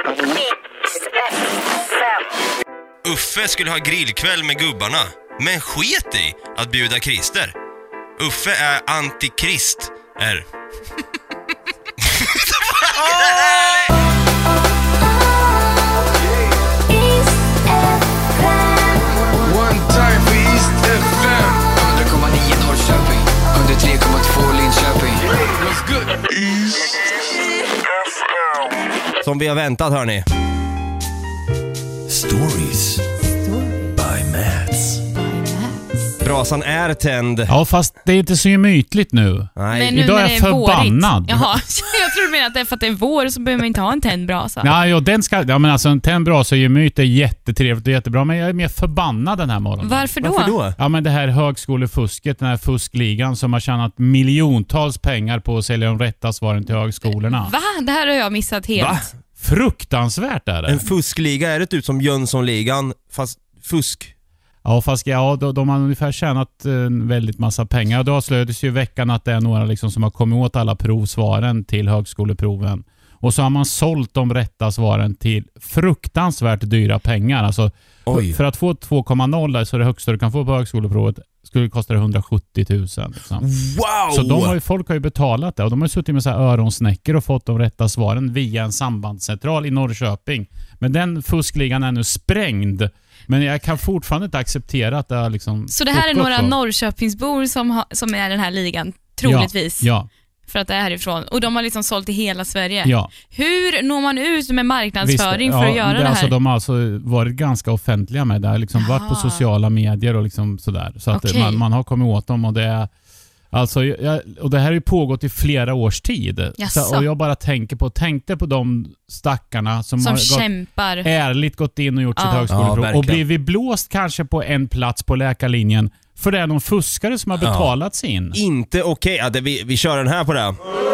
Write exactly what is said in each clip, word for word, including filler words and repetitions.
Uffe skulle ha grillkväll med gubbarna, men sket i att bjuda Christer. Uffe är antikrist. Är. One time for East F M. hundra komma nio Norrköping, hundra tre komma två Linköping. What's good? East F M. Som vi har väntat, hörni. Stories by Mats. Brasan är tänd. Ja, fast det är inte så mytligt nu. Nej. Men nu Idag när är det jag förbannad. vårigt. Jaha, jag tror du menar att det är för att det är vår så behöver man inte ha en tänd brasa. Ja, ja, den ska, ja men alltså en tänd brasa är ju myt, är jättetrevligt och jättebra, men jag är mer förbannad den här morgonen. Varför då? Varför då? Ja, men det här högskolefusket, den här fuskligan som har tjänat miljontals pengar på att sälja de rätta svaren till högskolorna. Va? Det här har jag missat helt. Va? Fruktansvärt är det. En fuskliga, är det ut som Jönssonligan fast fusk? Ja, fast ja, de, de har ungefär tjänat en väldigt massa pengar. Då avslöjades ju i veckan att det är några liksom som har kommit åt alla provsvaren till högskoleproven. Och så har man sålt de rätta svaren till fruktansvärt dyra pengar. Alltså, Oj. för att få två komma noll där, så är det högsta du kan få på högskoleprovet, skulle det kosta hundrasjuttio tusen. Liksom. Wow! Så de har ju, folk har ju betalat det, och de har suttit med så här öronsnäckor och fått de rätta svaren via en sambandscentral i Norrköping. Men den fuskligan är nu sprängd. Men jag kan fortfarande inte acceptera att det har liksom... Så det här är några Norrköpingsbor som, ha, som är den här ligan, troligtvis. Ja, ja. För att det är härifrån. Och de har liksom sålt i hela Sverige. Ja. Hur når man ut med marknadsföring Visst, för ja, att göra det, det här? Alltså, de har alltså varit ganska offentliga med det här. Liksom varit på sociala medier och liksom sådär. Så att Okej. man, man har kommit åt dem, och det är... Alltså, jag, och det här har ju pågått i flera års tid. Så, och jag bara tänker på, tänkte på de stackarna som, som har kämpar. gått, ärligt gått in och gjort Ja. sitt högskoleprov. Ja, och blivit blåst kanske på en plats på läkarlinjen för det är någon fuskare som har betalat ja. sin. Inte okej. Okay. Ja, vi, vi kör den här på det.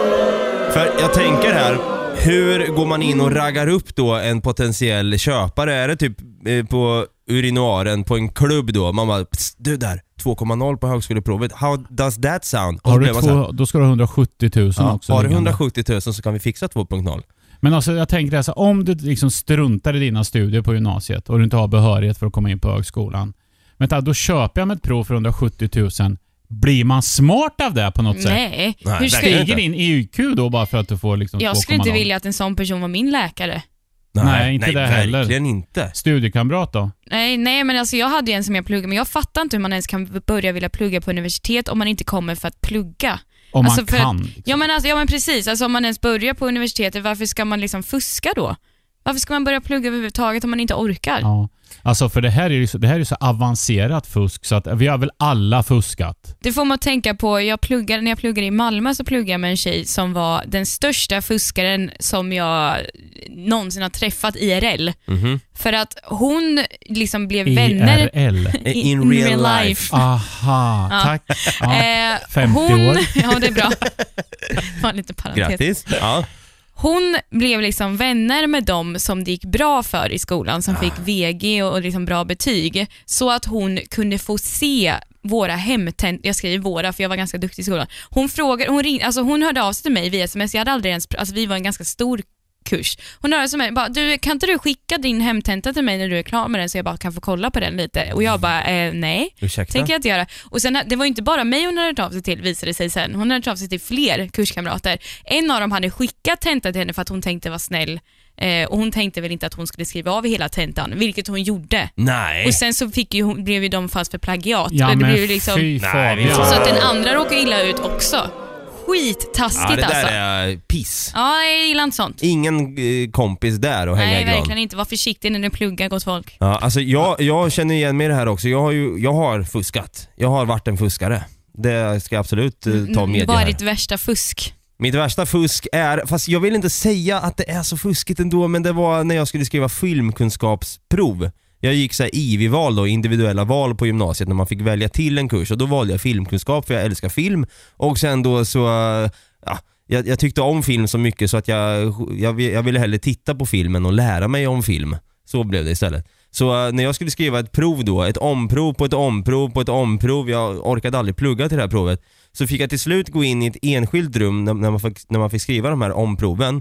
För jag tänker här, hur går man in och raggar upp då en potentiell köpare? Är det typ eh, på urinoaren på en klubb då? Man bara, du där, två komma noll på högskoleprovet. How does that sound? Och har du två, så, då ska du ha hundrasjuttio tusen ja, också. har du hundrasjuttio tusen så kan vi fixa två punkt noll. Men alltså jag tänker alltså, om du liksom struntar i dina studier på gymnasiet och du inte har behörighet för att komma in på högskolan. Men då köper jag med ett prov för hundrasjuttio tusen. Blir man smart av det på något sätt? Nej. Nej, Hur ska Stiger din E Q då bara för att du får liksom jag två skulle komma inte noll? vilja att en sån person var min läkare. Nej, inte det heller. Verkligen inte. Studiekamrat då? Nej, nej, men alltså jag hade ju en som jag pluggade, men jag fattar inte hur man ens kan börja vilja plugga på universitet om man inte kommer för att plugga. Om alltså man för kan. Att, Liksom. ja, men alltså, ja men precis, alltså om man ens börjar på universitetet, varför ska man liksom fuska då? Varför ska man börja plugga överhuvudtaget om man inte orkar? Ja. Alltså för det här är ju så, det här är så avancerat fusk så att vi har väl alla fuskat. Det får man tänka på, jag pluggade, när jag pluggade i Malmö så pluggade jag med en tjej som var den största fuskaren som jag någonsin har träffat I R L. Mm-hmm. För att hon liksom blev I vänner R L. in, In real life. Aha, Ja. tack. Ja. Eh, femtio hon, år. Ja, det är bra. Det var en liten parentes. Grattis. Ja. Hon blev liksom vänner med dem som det gick bra för i skolan, som Ah. fick V G och liksom bra betyg, så att hon kunde få se våra hemtentor. Jag skriver våra för jag var ganska duktig i skolan. Hon frågade, hon ringde, alltså hon hörde av sig till mig via sms. Jag hade aldrig ens, alltså vi var en ganska stor kurs. Hon hörde till mig, bara, du, kan inte du skicka din hemtenta till mig när du är klar med den så jag bara kan få kolla på den lite? Och jag bara, eh, nej, Ursäkta? tänker jag inte göra. Och sen, det var ju inte bara mig hon hade hört av sig till, visade det sig sen. Hon hade hört av sig till fler kurskamrater. En av dem hade skickat tenta till henne för att hon tänkte vara snäll. Eh, och hon tänkte väl inte att hon skulle skriva av i hela tentan, vilket hon gjorde. Nej. Och sen så fick ju hon, blev ju de fast för plagiat. Ja, det men blev ju liksom, fy fan. Nej, så att den andra råkade illa ut också. Skittaskigt Ja, det där alltså. är piss. Ja, jag gillar inte sånt. Ingen eh, kompis där och hänga Nej, i gran. verkligen inte. Var försiktig när du pluggar, gott folk. Ja, alltså jag, jag känner igen mig i det här också. Jag har ju jag har fuskat. Jag har varit en fuskare. Det ska jag absolut eh, ta med Vad är här. ditt värsta fusk? Mitt värsta fusk är, fast jag vill inte säga att det är så fuskigt ändå, men det var när jag skulle skriva filmkunskapsprov. Jag gick så här I V-val då, individuella val på gymnasiet när man fick välja till en kurs, och då valde jag filmkunskap för jag älskar film. Och sen då så, ja, jag, jag tyckte om film så mycket så att jag, jag, jag ville hellre titta på filmen och lära mig om film. Så blev det istället. Så när jag skulle skriva ett prov då, ett omprov på ett omprov på ett omprov, jag orkade aldrig plugga till det här provet, så fick jag till slut gå in i ett enskilt rum när, när, man, fick, när man fick skriva de här omproven.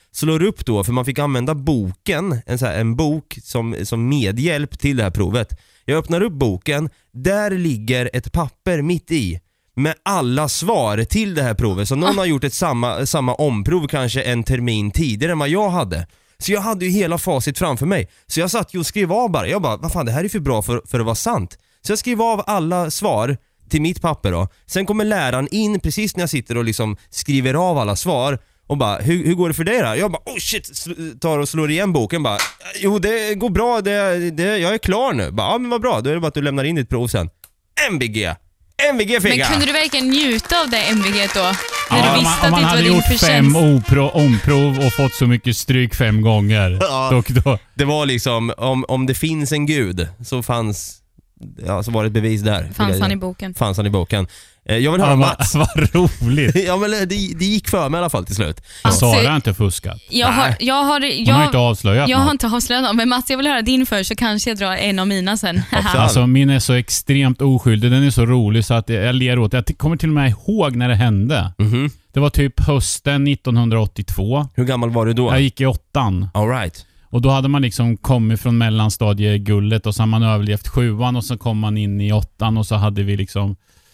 slår upp då, för man fick använda boken, en, så här, en bok som, som medhjälp till det här provet. Jag öppnar upp boken, där ligger ett papper mitt i med alla svar till det här provet. Så någon har gjort ett samma, samma omprov kanske en termin tidigare än vad jag hade. Så jag hade ju hela facit framför mig. Så jag satt ju och skrev av bara. Jag bara, vad fan, det här är för bra för, för att vara sant. Så jag skrev av alla svar till mitt papper då. Sen kommer läraren in precis när jag sitter och liksom skriver av alla svar. Och bara, hur, hur går det för dig då? Jag bara, oh shit, tar och slår igen boken. Bara, jo det går bra, det, det, jag är klar nu. Bara, ja men vad bra, då är det bara att du lämnar in ditt prov sen. M V G! M V G fick jag! Men kunde du verkligen njuta av det M V G då? När Ja, du om visste man, om man att det hade inte var din gjort förtjänst. fem opro, omprov och fått så mycket stryk fem gånger. Ja. Då, då, Det var liksom, om, om det finns en gud så fanns, ja, så var det ett bevis där. Fanns han i boken. Fanns han i boken. Eh, Jag vill höra ja, Mats. vad, vad roligt. Ja men det, det gick för mig i alla fall till slut. Alltså, Sara har inte fuskat. Jag har, Nej. jag har, Hon jag, har inte avslöjat jag har något. inte avslöjat något, men Mats, jag vill höra din först så kanske jag drar en av mina sen. Alltså min är så extremt oskyldig. Den är så rolig så att jag ler åt. Jag kommer till och med ihåg när det hände. Mhm. Det var typ hösten nittonhundraåttiotvå. Hur gammal var du då? Jag gick i åttan. All right. Och då hade man liksom kommit från mellanstadiegullet och så har man överlevt sjuan och så kom man in i åttan och så hade vi liksom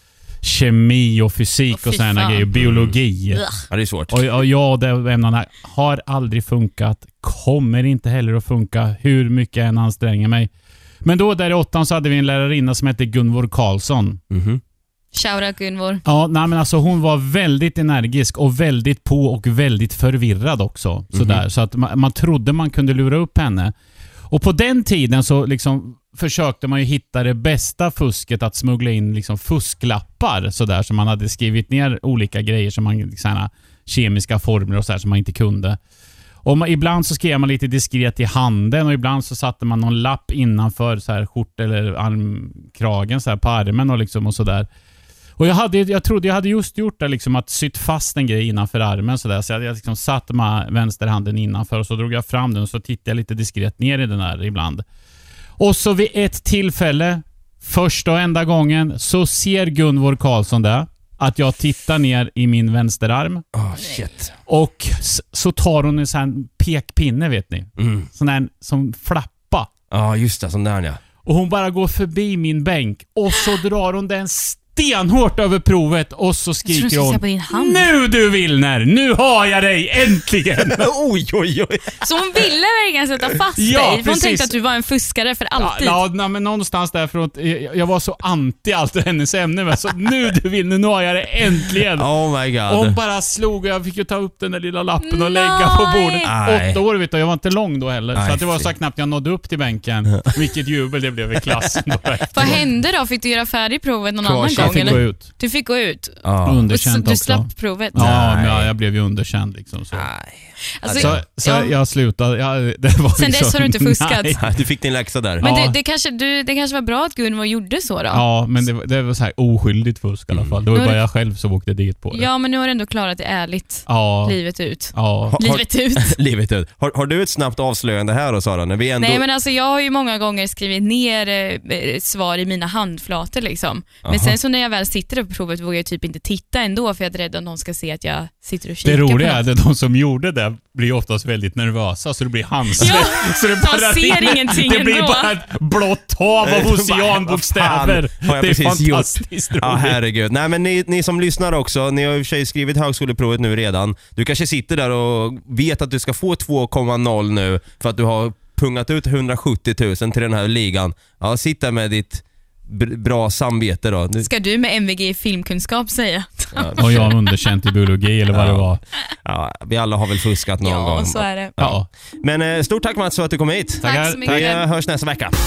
kemi och fysik Åh, fy och sådana fan. grejer, biologi. Ugh. Ja, det är svårt. Och, och jag det ämnena har aldrig funkat, kommer inte heller att funka hur mycket jag än anstränger mig. Men då där i åttan så hade vi en lärarinna som hette Gunvor Karlsson. Mhm. Shoutout Gunvor. Ja, nej, men alltså hon var väldigt energisk och väldigt på och väldigt förvirrad också. Sådär, så att man, man trodde man kunde lura upp henne. Och på den tiden så liksom försökte man ju hitta det bästa fusket att smuggla in liksom fusklappar sådär, så man hade skrivit ner olika grejer som man såna kemiska formler och så här som man inte kunde. Och man, ibland så skrev man lite diskret i handen och ibland så satte man någon lapp innanför så här skjort eller armkragen så här på armen och liksom och så där. Och jag hade jag trodde jag hade just gjort det liksom att sytt fast en grej innanför armen så där, så jag hade liksom satt med vänsterhanden innanför och så drog jag fram den och så tittade jag lite diskret ner i den här ibland. Och så vid ett tillfälle, första och enda gången, så ser Gunvor Karlsson det, att jag tittar ner i min vänsterarm. Oh shit. Och s- så tar hon en sån här pekpinne, vet ni. Mm. Sån här som flappa. Ja just det, sån där ja. Och hon bara går förbi min bänk och så drar hon den stenhårt över provet och så Jag tror du skriker ska hon: se på din hand. Nu du Wilner, nu har jag dig äntligen. Oj oj oj. Så hon ville verkligen sätta fast Ja, dig. För hon precis. tänkte att du var en fuskare för alltid. Ja, ja, men någonstans därför att jag, jag var så anti allt hennes ämne, men så nu du Wilner, nu har jag det äntligen. Oh my god. Och hon bara slog och jag fick ju ta upp den där lilla lappen och lägga på bordet. Nej. Åtta år vet du, jag var inte lång då heller. Nej, så att det var så fy. knappt jag nådde upp till bänken. Vilket jubel det blev i klassen då. Vad hände då? Fick du göra färdig provet någon Kvar- annan jag gång? fick eller? gå ut. Du fick gå ut. Ja. Och Underkänt du också. slapp provet. Ja, Nej. men jag, jag blev ju underkänd liksom så. Nej. Alltså, Så, så ja. jag slutade. Jag, det var Sen liksom, dess har du inte fuskat. Nej. Du fick din läxa där. Men Ja. det, det, kanske, du, det kanske var bra att Gunvor gjorde så då? Ja, men det, var- det var så här oskyldigt fusk i alla fall. Det var ju Nu- bara jag själv som åkte dit på det. Ja, men nu har du ändå klarat det ärligt. Ja. Livet ut. Ja. Har- Livet ut. Livet ut. Har, har du ett snabbt avslöjande här då Sara? När vi ändå... Nej, men alltså jag har ju många gånger skrivit ner eh, svar i mina handflator liksom. Men Aha. sen så när jag väl sitter på provet vågar jag typ inte titta ändå för jag är rädd att någon ska se att jag sitter och kikar Det roliga på är något. att de som gjorde det blir oftast väldigt nervösa, så det blir handsvett. Ja, så det de bara ser rinner. ingenting Det blir ändå. bara ett blått hav Nej, av de bara, oceanbokstäver. vad fan har jag Det är precis gjort? fantastiskt roligt. Ja, herregud. Nej, men ni, ni som lyssnar också, ni har ju i och för sig skrivit högskoleprovet nu redan. Du kanske sitter där och vet att du ska få två komma noll nu för att du har pungat ut hundrasjuttio tusen till den här ligan. Ja, sitt där med ditt b- bra samvete då. Du, Ska du med M V G i filmkunskap säga? Och jag har underkänt i biologi eller vad Ja. det var. ja, vi alla har väl fuskat någon Ja, gång. så är det. Ja. Men eh, stort tack Mats för att du kom hit. Tack Tackar. så mycket. Vi eh, hörs nästa vecka.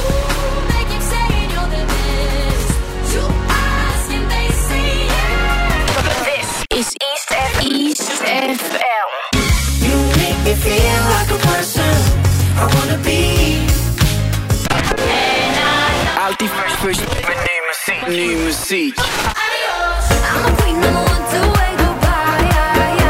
It's East F East F M. You make me feel like a person I wanna be. Alltid först, först med ny musik. Ny musik. I'm a queen, I'm a one to wait goodbye.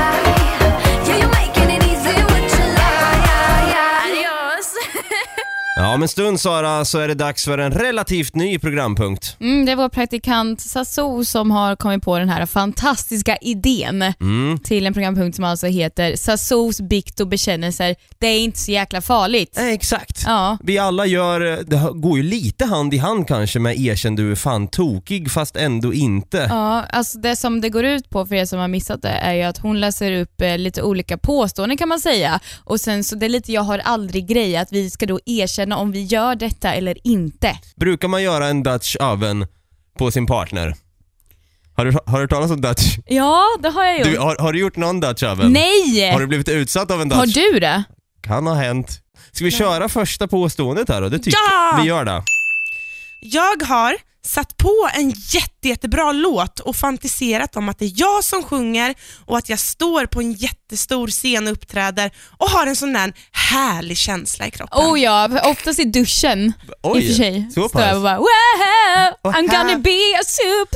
Yeah, you're making it easy with your lie. Adios. Ja, men stund Sara, så är det dags för en relativt ny programpunkt. Mm, det är vår praktikant Sassou som har kommit på den här fantastiska idén Mm. till en programpunkt som alltså heter Sassous bikt och bekännelser. Det är inte så jäkla farligt. Eh, exakt. Ja. Vi alla gör, det går ju lite hand i hand kanske med erkänn du är fan tokig fast ändå inte. Ja, alltså det som det går ut på för er som har missat det är ju att hon läser upp eh, lite olika påståenden kan man säga. Och sen så det är lite jag har aldrig grej att vi ska då erkänna om vi gör detta eller inte. Brukar man göra en Dutch oven på sin partner? Har du, har du hört talas om Dutch? Ja, det har jag gjort. Du, har, har du gjort någon Dutch oven? Nej! Har du blivit utsatt av en Dutch? Har du det? Kan ha hänt. Ska vi köra första påståendet här då? Det tycker Ja! vi gör det. Jag har satt på en jätte, jättebra låt och fantiserat om att det är jag som sjunger och att jag står på en jättestor scen och uppträder och har en sån där härlig känsla i kroppen. Oh ja, oftast i duschen. Oj, I och för sig. så Står jag pass. och bara wow, I'm gonna be a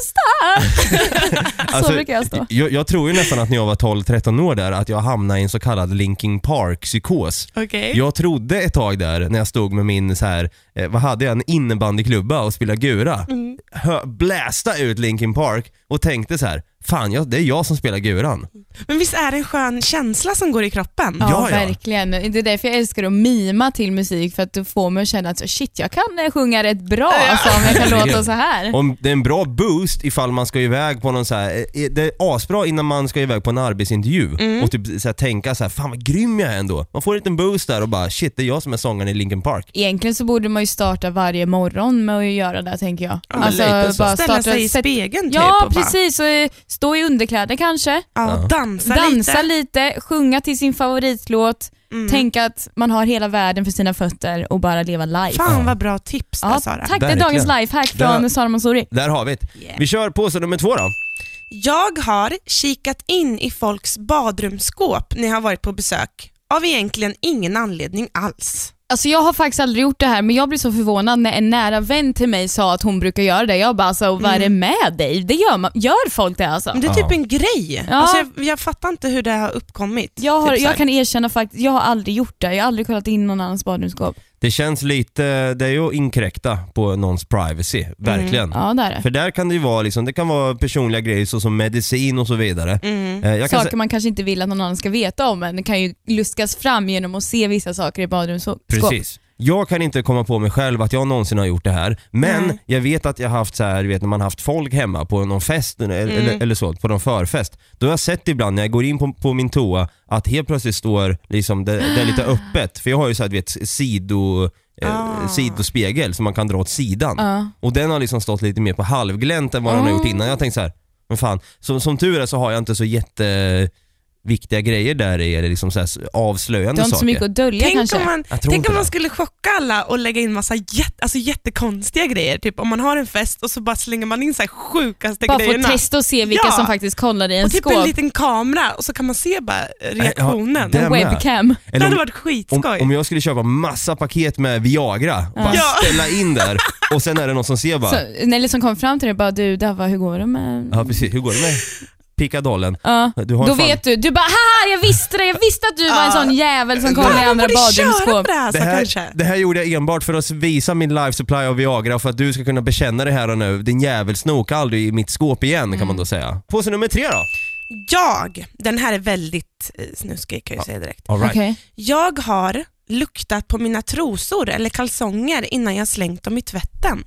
superstar. Alltså, så brukar jag stå. Jag, jag tror ju nästan att när jag var tolv tretton år där att jag hamnade i en så kallad Linkin Park-psykos. Okej. Jag trodde ett tag där när jag stod med min så här, eh, vad hade jag, en innebandyklubba och spelade gura. Mm. Hö, blästa ut Linkin Park och tänkte så här, fan jag, det är jag som spelar guran. Men visst är det en skön känsla som går i kroppen? Ja, Ja, ja. verkligen. Det är därför jag älskar att mima till musik för att du får mig att känna att shit, jag kan eh, sjunga rätt bra alltså, om jag kan låta så här. Om det är en bra boost ifall man ska iväg på någon så här, eh, det är asbra innan man ska iväg på en arbetsintervju Mm. och typ så här, tänka så här, fan vad grym jag är ändå. Man får en liten boost där och bara shit, det är jag som är sångaren i Linkin Park. Egentligen så borde man ju starta varje morgon med att göra det, tänker jag. men lite så. Ställa sig i spegeln typ Ja, och bara, precis. Och eh, stå i underkläder kanske. ja, dansa, Dansa lite. lite, sjunga till sin favoritlåt. Mm. Tänka att man har hela världen för sina fötter och bara leva live. Fan vad bra tips där, Ja, Sara. tack, det är Verkligen. dagens lifehack Där- från Sara Mansouri. Där har vi det. Yeah. Vi kör påstående nummer två då. Jag har kikat in i folks badrumsskåp när jag har varit på besök av egentligen ingen anledning alls. Alltså jag har faktiskt aldrig gjort det här, men jag blir så förvånad när en nära vän till mig sa att hon brukar göra det. Jag bara, alltså, vad är det med dig? Det gör, man, gör folk det alltså? Men det är typ en grej. Ja. Alltså jag, jag fattar inte hur det har uppkommit. Jag, har, Typ så här. jag kan erkänna faktiskt, jag har aldrig gjort det. Jag har aldrig kollat in någon annans badrumsskåp. Det känns lite, det är ju att inkräkta på någons privacy, verkligen. Ja, det är det. För där kan det ju vara liksom, det kan vara personliga grejer såsom medicin och så vidare. Mm. Eh, jag kan Saker sä- man kanske inte vill att någon annan ska veta om, men det kan ju luskas fram genom att se vissa saker i badrumsskåp. Precis. Jag kan inte komma på mig själv att jag någonsin har gjort det här, men Nej. jag vet att jag har haft så här, du vet när man haft folk hemma på någon fest eller, Mm. eller, eller så, på någon förfest. Då har jag sett ibland när jag går in på, på min toa att helt plötsligt står liksom, det, det är lite öppet. För jag har ju så här, du vet, sido, eh, Ah. sidospegel som man kan dra åt sidan. Ja. Och den har liksom stått lite mer på halvglänt än vad den har gjort innan. Jag tänkte så här, men fan, som, som tur är så har jag inte så jätte viktiga grejer där i, eller liksom så här avslöjande Du har inte saker. så mycket att dölja Tänk kanske. om man, Jag tror tänk inte om man det. skulle chocka alla och lägga in massa jätte, alltså jättekonstiga grejer. Typ om man har en fest och så bara slänger man in så här sjukaste Bara få grejerna. testa och se vilka Ja. som faktiskt kollar i en Och typ skåp. en liten kamera och så kan man se bara reaktionen. det- En med. webcam. det Eller hade om, varit om, skitskoj. om jag skulle köpa massa paket med Viagra, bara Ja. ställa in där och sen är det någon som ser bara, Så, Nelly som kom fram till dig bara, du Dava, hur går det med... ja precis, hur går det med pickadollen? Ja. Du har Då fan- vet du, du bara haha jag visste det, jag visste att du var en sån jävel som kollar i Man andra borde köra badrumsskåp. på det här, Det så här, kanske. det här gjorde jag enbart för att visa min life supply av Viagra och för att du ska kunna bekänna det här och nu. Din jävel snoka aldrig i mitt skåp igen kan man då säga. Påse nummer tre då. Jag, den här är väldigt eh, snuskig kan jag säga direkt. All right. Okej. Jag har luktat på mina trosor eller kalsonger innan jag slängt dem i tvätten.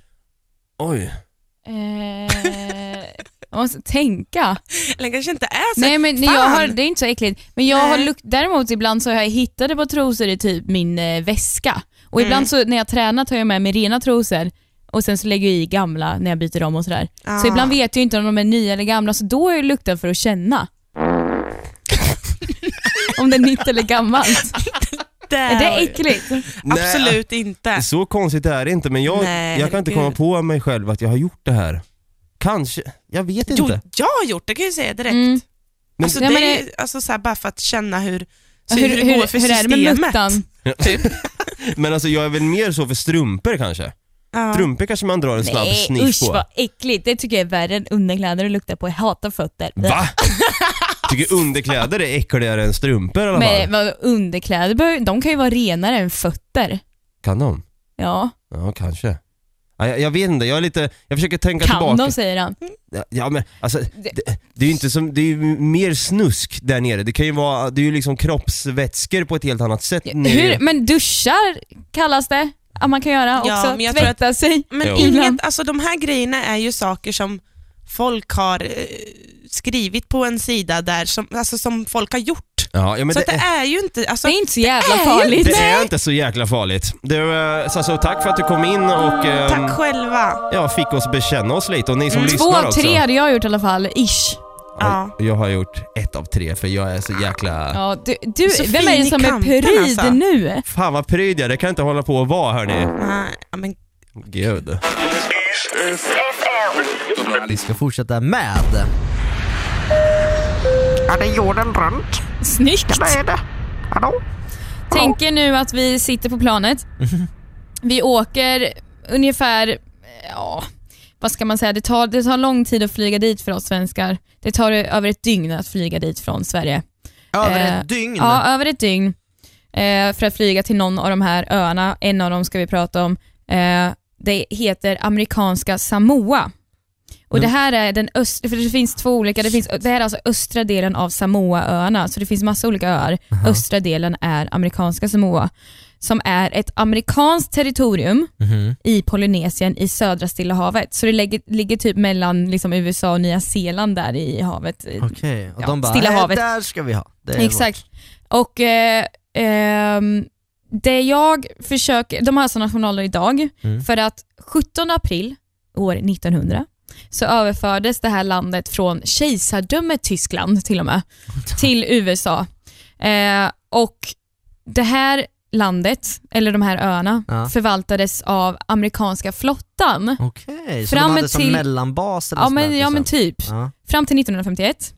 Oj. Eh, jag måste tänka. Eller kanske inte är så. Nej men Fan. jag har, det är inte så äckligt. Men jag Nej. har lukt, däremot ibland så har jag hittat på trosor i typ min eh, väska. Och ibland så när jag tränar tar jag med mig rena trosor. Och sen så lägger jag i gamla när jag byter om och sådär. Ah. Så ibland vet jag inte om de är nya eller gamla. Så då är det lukten för att känna. Om det är nytt eller gammalt. Det Är det äckligt? Absolut inte. Så konstigt är det inte, men jag, Nej, jag kan inte komma herregud. på mig själv att jag har gjort det här. Kanske, jag vet Jo, inte. jag har gjort det kan jag säga direkt. Mm. Alltså, Nej, det men är, det- alltså, så här, bara för att känna hur, så Hur, hur, hur, det går för hur är det med systemet. muttan? Typ. Men alltså jag är väl mer så för strumpor kanske. Ja. Strumpor kanske man drar en snabb Nej sniff usch på. vad äckligt. Det tycker jag är värre än underkläder och luktar på. Jag hatar fötter. Va? Tycker underkläder är äckligare än strumpor i alla fall? Men vad, underkläder, bör- de kan ju vara renare än fötter. Kan de? Ja. Ja, kanske. Ja, jag, jag vet inte, jag är lite, jag försöker tänka Kan tillbaka. de, säger han. Ja, ja men alltså det, det är ju inte som, det är ju mer snusk där nere. Det kan ju vara, det är ju liksom kroppsvätskor på ett helt annat sätt. Hur, men duschar kallas det att man kan göra Ja, också, men jag tror tvätta sig. Men Jo. inget, alltså de här grejerna är ju saker som folk har eh, skrivit på en sida där, som, alltså som folk har gjort. Ja, ja men Så det, det är ju inte, alltså, Det är inte så jävla är ju farligt. det är inte så jäkla farligt. Du, eh, Sasso, tack för att du kom in och eh, tack själva. ja, fick oss bekänna oss lite. Och ni som Två lyssnar av också. tre hade jag gjort i alla fall, ish. Ja. Jag har gjort ett av tre för jag är så jäkla... Ja, du, du, Så vem är fin det i som är kanten, pryd alltså. nu? Fan vad pryd jag, det kan inte hålla på att vara, hörni. Nej, ja, men Gud. Vi ska fortsätta med... Ja, det är jorden runt. Snyggt. Vad är det? Hallå? Tänker nu att vi sitter på planet. Vi åker ungefär, ja, vad ska man säga, det tar, det tar lång tid att flyga dit för oss svenskar. Det tar över ett dygn att flyga dit från Sverige. Över Eh, ett dygn? Ja, över ett dygn. Eh, för att flyga till någon av de här öarna. En av dem ska vi prata om. Eh, det heter amerikanska Samoa. Och Mm. det här är den östra, för det finns två olika, det, finns, det här är alltså östra delen av Samoaöarna, så det finns massa olika öar. Östra delen är amerikanska Samoa, som är ett amerikanskt territorium Mhm. i Polynesien i södra Stilla havet. Så det ligger, ligger typ mellan liksom U S A och Nya Zeeland där i havet. Okej, och Ja, de bara, Stilla "Nej, havet." där ska vi ha. Det är Exakt. Och eh, ehm, det jag försöker, de har alltså nationaldag idag, Mm. för att sjuttonde april år nittonhundra så överfördes det här landet från kejsardömet Tyskland till och med till U S A. Eh, och det här landet, eller de här öarna, Ja. förvaltades av amerikanska flottan. Okej, så Fram de hade som till- mellanbas eller Ja sånt där, men, ja men liksom. typ. Ja. Fram till nittonhundrafemtioett.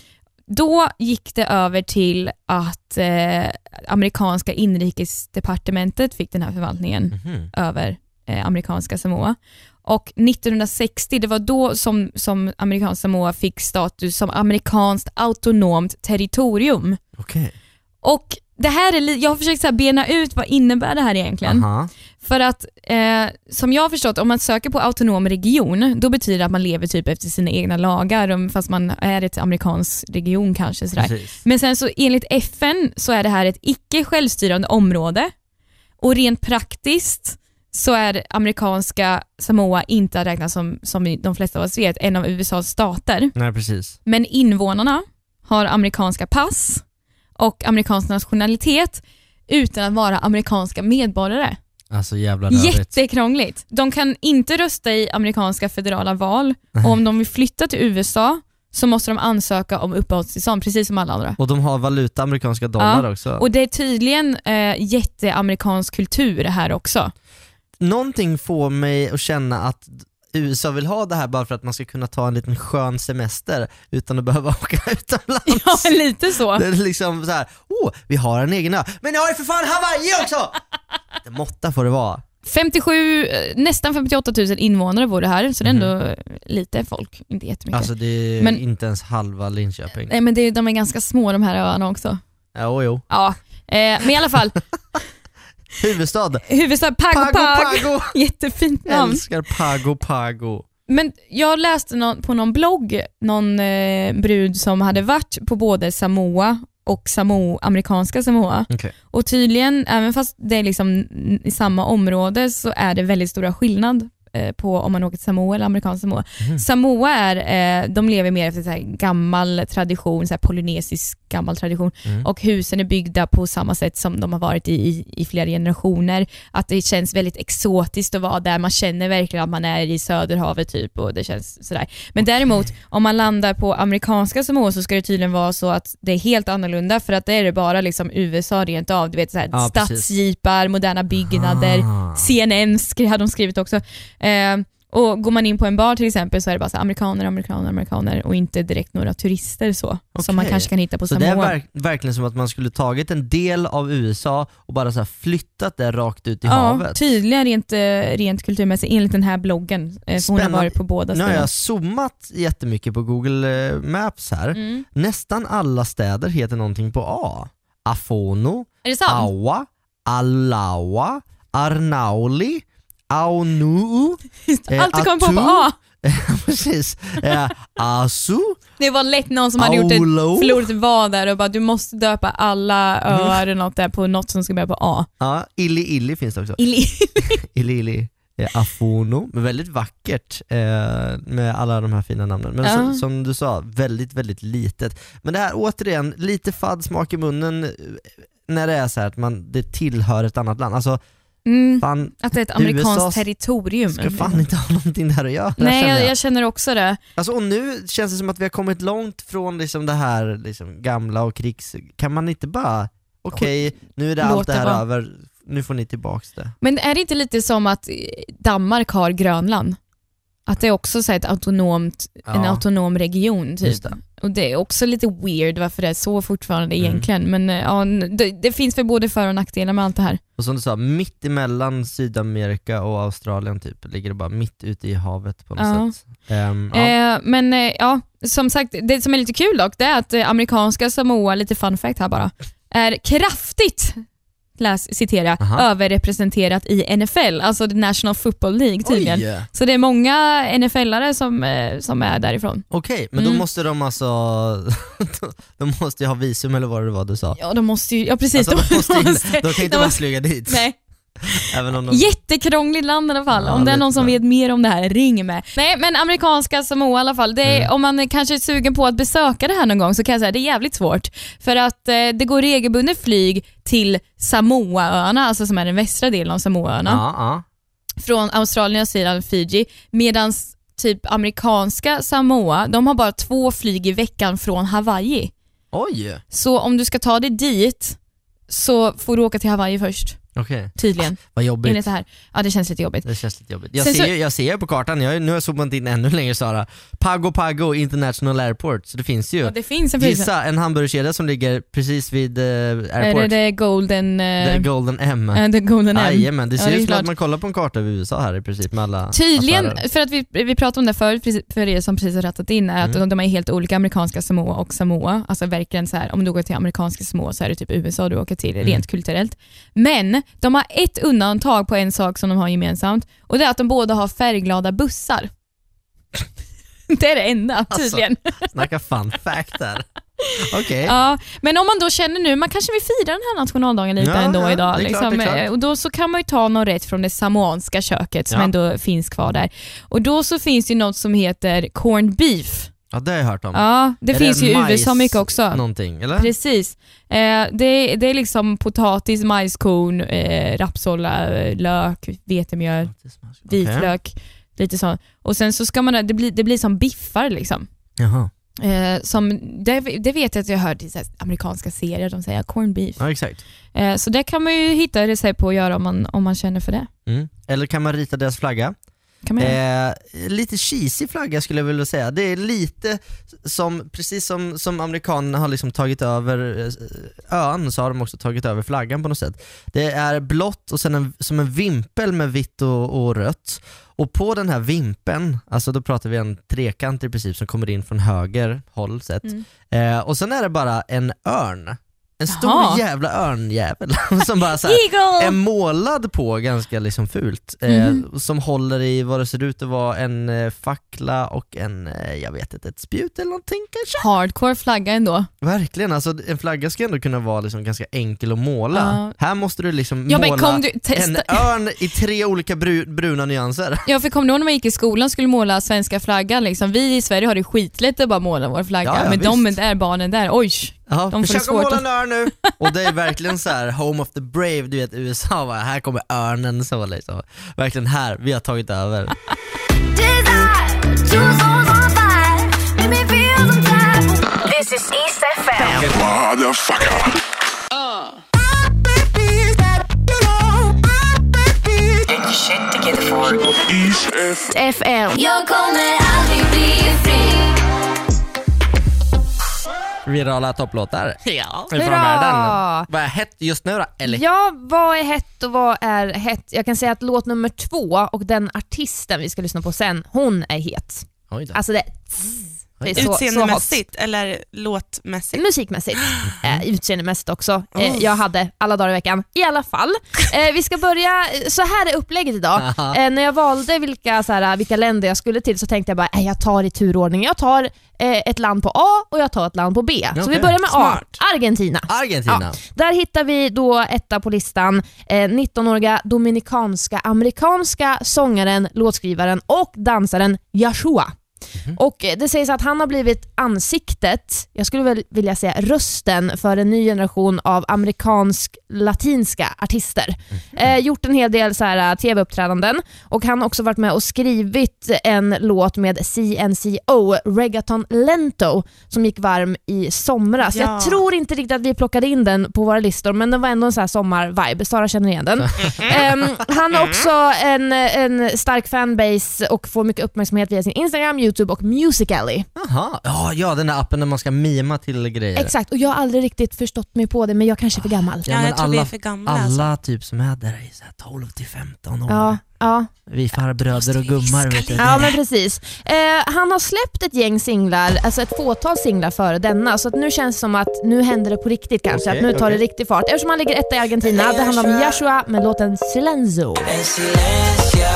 Då gick det över till att eh, amerikanska inrikesdepartementet fick den här förvaltningen Mhm. över eh, amerikanska Samoa. Och nittonhundrasextio, det var då som, som amerikanska Samoa fick status som amerikanskt autonomt territorium. Okej. Och det här är, li- jag har försökt så här bena ut vad innebär det här egentligen. Aha. För att eh, som jag har förstått, om man söker på autonom region, då betyder det att man lever typ efter sina egna lagar, om- fast man är ett amerikansk region kanske. Sådär. Precis. Men sen så enligt F N så är det här ett icke självstyrande område, och rent praktiskt så är amerikanska Samoa inte att räkna som, som de flesta av oss vet, en av U S A:s stater. Nej, precis. Men invånarna har amerikanska pass och amerikansk nationalitet utan att vara amerikanska medborgare. Alltså jävla rörigt. Jättekrångligt. De kan inte rösta i amerikanska federala val, och om de vill flytta till U S A så måste de ansöka om uppehållstillstånd precis som alla andra. Och de har valuta, amerikanska dollar Ja, också. Och det är tydligen eh, jätteamerikansk kultur här också. Någonting får mig att känna att U S A vill ha det här bara för att man ska kunna ta en liten skön semester utan att behöva åka utomlands. Ja, lite så. Det är liksom så här, åh, vi har en egen ö. Men jag har ju för fan Hawaii också! Det måtta får det vara. femtiosju, eh, nästan femtioåtta tusen invånare bor det här, så det är ändå eh, lite folk, inte jättemycket. Alltså det är Men- inte ens halva Linköping. Nej, men det, de är ganska små de här öarna också. Ja, jo. Ja, eh, men i alla fall, Huvudstad. huvudstad Pago Pago Pago. Pago. Jättefint namn. Älskar Pago Pago. Men jag läste någon, på någon blogg, någon eh, brud som hade varit på både Samoa och Samoa, amerikanska Samoa. Okej. Och tydligen, även fast det är liksom i samma område, så är det väldigt stora skillnad eh, på om man åker till Samoa eller amerikansk Samoa. Mhm. Samoa är, eh, de lever mer efter så här gammal tradition, så här polynesisk gammal tradition. Mm. Och husen är byggda på samma sätt som de har varit i, i, i flera generationer. Att det känns väldigt exotiskt att vara där. Man känner verkligen att man är i Söderhavet typ, och det känns sådär. Men däremot, om man landar på amerikanska Samoa så ska det tydligen vara så att det är helt annorlunda, för att det är det bara liksom U S A rent av. Du vet, så här, Ja, precis. stadsjeepar, moderna byggnader, Ah. C N N skri- hade de skrivit också. Eh, och går man in på en bar till exempel så är det bara så här, amerikaner, amerikaner, amerikaner, och inte direkt några turister så, som man Okej. kanske kan hitta på Så det Samoa. är verk- verkligen som att man skulle tagit en del av U S A och bara så här flyttat det rakt ut i Ja, havet. tydligen rent, eh, rent kulturmässigt enligt den här bloggen. Eh, för hon har Spännande. varit på båda Nu har ställena. jag zoomat jättemycket på Google eh, Maps här. Mm. Nästan alla städer heter någonting på A. Afono, Är det sant? Awa, Alawa, Arnauli, Aunu, eh, Alltid kommer på Atu, på A. precis, eh, Asu, Det var lätt någon som hade gjort ett Aulo. förlorat vad där och bara du måste döpa alla öar eller något där på något som ska börja på A. ja, Illi Illi finns det också. Ili. Illi Illi. Eh, Afono, men väldigt vackert eh, med alla de här fina namnen. Men Ja. som, som du sa, väldigt, väldigt litet. Men det här återigen, lite fadd smak i munnen eh, när det är så här att man, det tillhör ett annat land. Alltså, Mm. fan, Att det är ett amerikanskt U S A territorium. ska fan inte ha någonting där att göra. Nej, känner jag, jag. jag känner också det. Alltså, och nu känns det som att vi har kommit långt från liksom det här liksom, gamla och krigs... Kan man inte bara, okej, nu är det Låt allt det det här vara. över, nu får ni tillbaks det. Men är det inte lite som att Danmark har Grönland? Att det är också så här ett autonomt, en Ja. autonom region typ. Just det. Och det är också lite weird varför det är så fortfarande Mm. egentligen. Men eh, ja, det, det finns väl både för- och nackdelar med allt det här. Och som du sa, mitt emellan Sydamerika och Australien typ, ligger det bara mitt ute i havet på något Ja. sätt. Ehm, ja. Eh, men eh, ja, som sagt, det som är lite kul dock, det är att eh, amerikanska Samoa, lite fun fact här bara, är kraftigt, läs, citerar jag, Aha. överrepresenterat i N F L, alltså the National Football League tydligen. Oj! Så det är många N F L-are som, eh, som är därifrån. Okej, men Mm. då måste de alltså de måste ju ha visum eller vad det var du sa. Ja, de måste ju, ja precis. Alltså, de måste in, måste- de kan inte de bara måste- flyga dit. Nej. Även om de... Jättekrångligt land i alla fall. Ja, om det är någon lite som så. vet mer om det här, ring med. Nej, men amerikanska Samoa i alla fall. Det är, Mm. Om man är kanske är sugen på att besöka det här någon gång så kan jag säga att det är jävligt svårt. För att eh, det går regelbundet flyg till Samoaöarna, alltså som är den västra delen av Samoaöarna. Ja, ja. Från Australien, Zeeland, Fiji. Medan typ amerikanska Samoa, de har bara två flyg i veckan från Hawaii. Oj, Så om du ska ta dig dit så får du åka till Hawaii först. okej. Tydligen. Vad jobbigt. Enligt det här. Ja, det känns lite jobbigt. Det känns lite jobbigt. Jag Sen ser, så- ju- jag ser på kartan, jag, nu har jag zoomat in ännu längre Sara. Pago Pago International Airport, så det finns ju. Ja, det finns en flygplats. Gissa, en hamburgerkedja som ligger precis vid eh, Är airport. det det Golden... The Uh, Golden M. uh, the Golden M. Jajamän, det Ja, ser det är ut som klart. att man kollar på en karta över U S A här i princip med alla Tydligen, affärer. för att vi, vi pratade om det förut, precis- för er som precis har rattat in, är att Mm. de är helt olika, amerikanska Samoa och Samoa. Alltså verkligen så här, om du går till amerikanska Samoa så är det typ U S A du åker till, Mm. rent kulturellt. Men de har ett undantag på en sak som de har gemensamt, och det är att de båda har färgglada bussar. Det är det enda, tydligen. Alltså, snacka fun fact där. Okej. Ja, men om man då känner nu, man kanske vill fira den här nationaldagen lite Ja, ändå ja, idag. det är klart, Liksom. det är klart. Och då så kan man ju ta någon rätt från det samoanska köket som Ja. ändå finns kvar där. Och då så finns det ju något som heter corned beef. Ja, det har jag hört om. Ja, det Är finns ju i majs U S A mycket också. Någonting, eller? Precis. Eh, det, det är liksom potatis, majskorn, eh, rapsolla, eh, lök, vetemjöl, Okej. vitlök, lite sånt. Och sen så ska man, det blir, det blir som biffar liksom. Jaha, Eh, som, det, det vet jag att jag har hört i så här amerikanska serier, de säger corned beef. ja exakt. Eh, så det kan man ju hitta recept på att göra om man, om man känner för det. Mm. Eller kan man rita deras flagga? Kan man göra. Eh, lite cheesy flagga skulle jag vilja säga. Det är lite som, precis som, som amerikanerna har liksom tagit över eh, ön, så har de också tagit över flaggan på något sätt. Det är blått och sen en, som en vimpel med vitt och, och rött. Och på den här vimpen, alltså då pratar vi en trekant i princip som kommer in från höger håll sett. Mm. Eh, och sen är det bara en örn. En stor Jaha. jävla örnjävel som bara så här, Eagle! är målad på ganska liksom fult, Mhm. eh, som håller i vad det ser ut att vara en eh, fackla och en, eh, jag vet inte, ett spjut eller någonting kanske. Hardcore flagga ändå. Verkligen, alltså en flagga ska ändå kunna vara liksom ganska enkel att måla. Ja. Här måste du liksom Ja, måla men kom du, en testa. örn i tre olika bru- bruna nyanser. Ja, för kom du ihåg när man gick i skolan och skulle måla svenska flaggan liksom. Vi i Sverige har det skitlätt att bara måla vår flagga. Ja, ja, men visst. de där barnen där, oj. Ja, De får det försök att svårt måla att- en örn nu. Och det är verkligen så här home of the brave, du vet U S A, va? Här kommer örnen så liksom. Verkligen här, vi har tagit över. This is East F M. Get your shit together for East F M. Jag kommer aldrig bli fri. Virala topplåtar. Ja. Från Hurra! världen. Vad är hett just nu då? Eller? Ja, vad är hett och vad är hett? Jag kan säga att låt nummer två och den artisten vi ska lyssna på sen, hon är het. Oj då. Alltså det, Det är så, Utseendemässigt så eller låtmässigt? Musikmässigt, eh, utseendemässigt också. Eh, jag hade alla dagar i veckan. I alla fall. Eh, vi ska börja, så här är upplägget idag. Eh, när jag valde vilka, så här, vilka länder jag skulle till så tänkte jag bara, eh, jag tar i turordning. Jag tar eh, ett land på A och jag tar ett land på B. Okay. Så vi börjar med Smart. A, Argentina. Argentina. Ja, där hittar vi då etta på listan, eh, nittonåriga dominikanska amerikanska sångaren, låtskrivaren och dansaren Yashua. Mm. Och det sägs att han har blivit ansiktet, jag skulle väl vilja säga rösten för en ny generation av amerikansk latinska artister. Mm. Eh, gjort en hel del så här tv-uppträdanden och han har också varit med och skrivit en låt med C N C O, Reggaeton Lento, som gick varm i somras. Ja. Jag tror inte riktigt att vi plockade in den på våra listor, men den var ändå en så här sommarvibe. Sara känner igen den. eh, han har också en, en stark fanbase och får mycket uppmärksamhet via sin Instagram, YouTube och Musical.ly. Jaha, ja, ja, den där appen där man ska mima till grejer. Exakt, och jag har aldrig riktigt förstått mig på det, men jag kanske är för gammal. Ja, jag tror alla, vi är för gamla. alla Alltså. typ som är där är så här tolv till femton år. Ja, ja. Vi farbröder och gummar, vet du. Ja, men precis. Eh, han har släppt ett gäng singlar, alltså ett fåtal singlar före denna, så att nu känns det som att nu händer det på riktigt kanske, Okej, att nu tar okej. det riktigt fart. Eftersom han ligger etta i Argentina, det handlar om Yashua med låten Silencio. En silencio,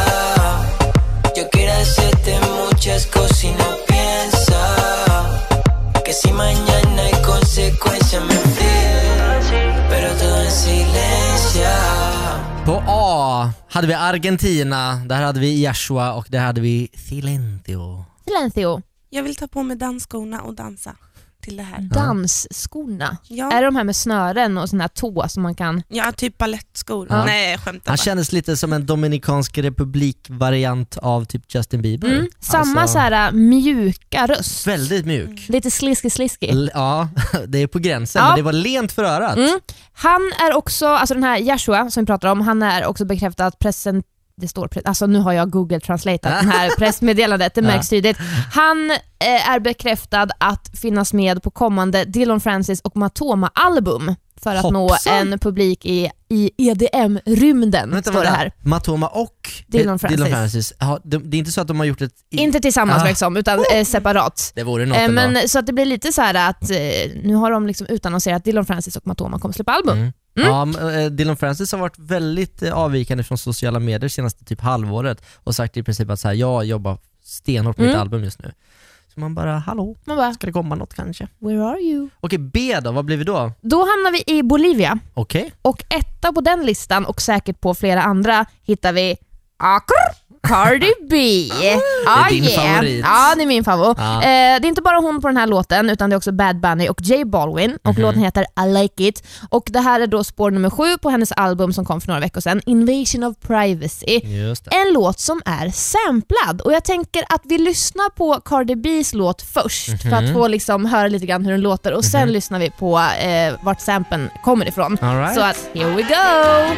yo quiero hacerte muchas cosas y no piensa que si mañana hay consecuencia me frío, pero todo en silencio. På A hade vi Argentina, där hade vi Yashua och där hade vi Silencio. Silencio. Jag vill ta på mig dansskorna och dansa till det här. Dansskorna. Ja, Är det de här med snören och såna här tå som man kan... ja typ ballettskor. Ja. Nej, jag skämtar Han bara. kändes lite som en Dominikansk republik-variant av typ Justin Bieber. Mm. Samma Alltså, så här mjuka röst. väldigt mjuk. Lite sliski-sliski. L- ja, det är på gränsen, Ja. men det var lent för örat. Mm. Han är också, alltså den här Yashua som vi pratar om, han är också bekräftad present. Det står, alltså nu har jag Google Translate den här pressmeddelandet, det märks tydligt. Han eh, är bekräftad att finnas med på kommande Dillon Francis och Matoma-album för att Hoppsan. nå en publik i, i E D M-rymden, Vänta, står det vänta. här. Matoma och Dillon Francis. Dillon Francis. Ja, det, det är inte så att de har gjort ett... Inte tillsammans Ah. verkar som, utan eh, separat. Det vore något Eh, ändå. men, så att det blir lite så här att eh, nu har de liksom utannonserat att Dillon Francis och Matoma kommer släppa album. Mm. Mm. Ja, men, eh, Dillon Francis har varit väldigt eh, avvikande från sociala medier senaste typ halvåret och sagt i princip att så här, jag jobbar stenhårt på Mm. mitt album just nu. Så man bara, hallå, Man bara, ska det komma något kanske? where are you? Okej, B då, vad blir vi då? Då hamnar vi i Bolivia. Okej. Och etta på den listan och säkert på flera andra hittar vi Akr, Cardi B. Ah, din favorit. Ja, det är min favorit. Ja. Eh, det är inte bara hon på den här låten utan det är också Bad Bunny och J Balvin och Mhm. låten heter I Like It. Och det här är då spår nummer sju på hennes album som kom för några veckor sedan, Invasion of Privacy. Just det. En låt som är samplad och jag tänker att vi lyssnar på Cardi B's låt först för att få liksom höra lite grann hur den låter och sen lyssnar vi på eh, vart samplen kommer ifrån. All right. Så att here we go!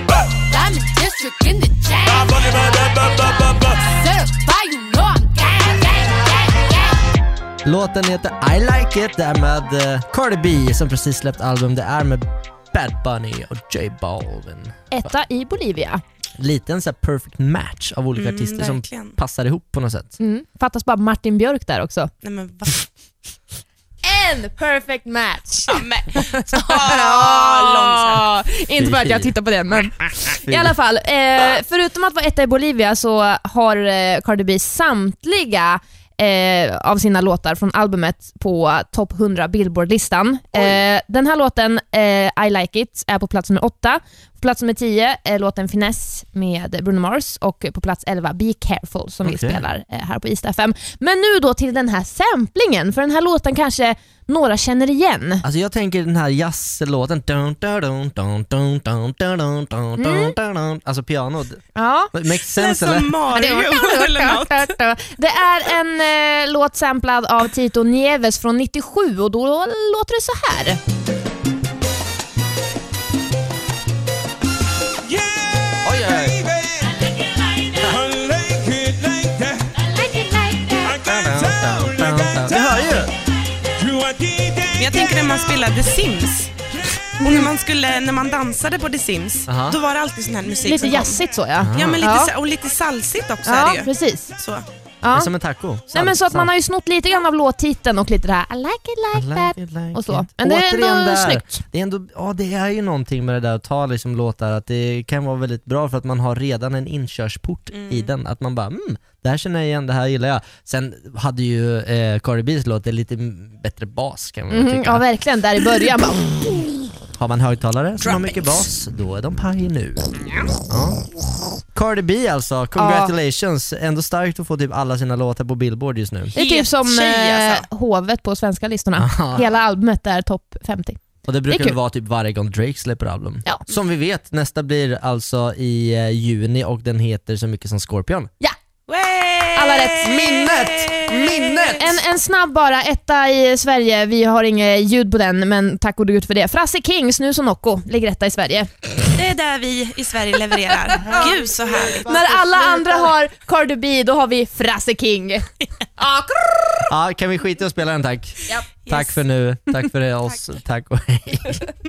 Låten heter I Like It, det är med eh, Cardi B som precis släppt album. Det är med Bad Bunny och J Balvin. Etta i Bolivia. Liten så här perfect match av olika Mm, artister som verkligen. passar ihop på något sätt. Mm. Fattas bara Martin Björk där också. Nej men va? En perfect match! Ja, men. Ah, långsamt. Inte för att jag tittar på den, men i alla fall. Eh, förutom att vara etta i Bolivia så har eh, Cardi B samtliga eh, av sina låtar från albumet på topp hundra Billboard-listan. Eh, den här låten, eh, I Like It, är på plats nummer åtta. På plats nummer tio är låten Finesse med Bruno Mars och på plats elva Be Careful som vi Okej. spelar eh, här på East F M. Men nu då till den här samplingen, för den här låten kanske några känner igen. Alltså jag tänker den här jazzlåten dun, dun, dun, dun, dun, dun, dun, dun, dun, dun, dun, dun. Alltså piano. Ja. Makes Det är sense eller? som Mario eller något. Det är en eh, låt samplad av Tito Nieves från nittiosju och då låter det så här. Oj, oj. Du hör ju. Men jag tänker när man spelade The Sims. Och när man, skulle, när man dansade på The Sims, Aha. då var det alltid sån här musik Lite som kom. jazzigt så, ja. Ja, men lite, Ja. sa- och lite salsigt också Ja, är det ju. precis. Så. Ja. Det är som en taco. Nej, men så att man har ju snott lite grann av låttiteln och lite det här I like it like, I that like it like och så. it. Men det är Återigen ändå där. snyggt. Det är ändå, ja, det är ju någonting med det där att ta liksom låtar, att det kan vara väldigt bra för att man har redan en inkörsport Mm. i den. Att man bara, mm, det här känner jag igen, det här gillar jag. Sen hade ju eh, Cardi B's låt, det är lite bättre bas kan man Mhm, tycka. ja, verkligen. Där i början bara... Har man högtalare som har mycket bas, då är de paj nu. Ja. Cardi B alltså, congratulations. Ändå starkt att få typ alla sina låtar på Billboard just nu. Det är typ som Tjej, eh, alltså. hovet på svenska listorna. Aha. Hela albumet är topp femtio. Och det brukar Det är väl kul. vara typ varje gång Drake släpper album. Ja. Som vi vet, nästa blir alltså i eh, juni och den heter så mycket som Scorpion. Ja, Way! alla rätt. Minnet! Minnet! En, en snabb bara, etta i Sverige. Vi har inget ljud på den, men tack och gud för det. Frasse King, Snus och Nocco, ligger etta i Sverige. Det är där vi i Sverige levererar. Gud så härligt. När alla andra har Cardi B, då har vi Frasse King. Ah, krrr. Ja, kan vi skita och spela den tack? Ja. Tack Yes. för nu, tack för det oss, tack och hej.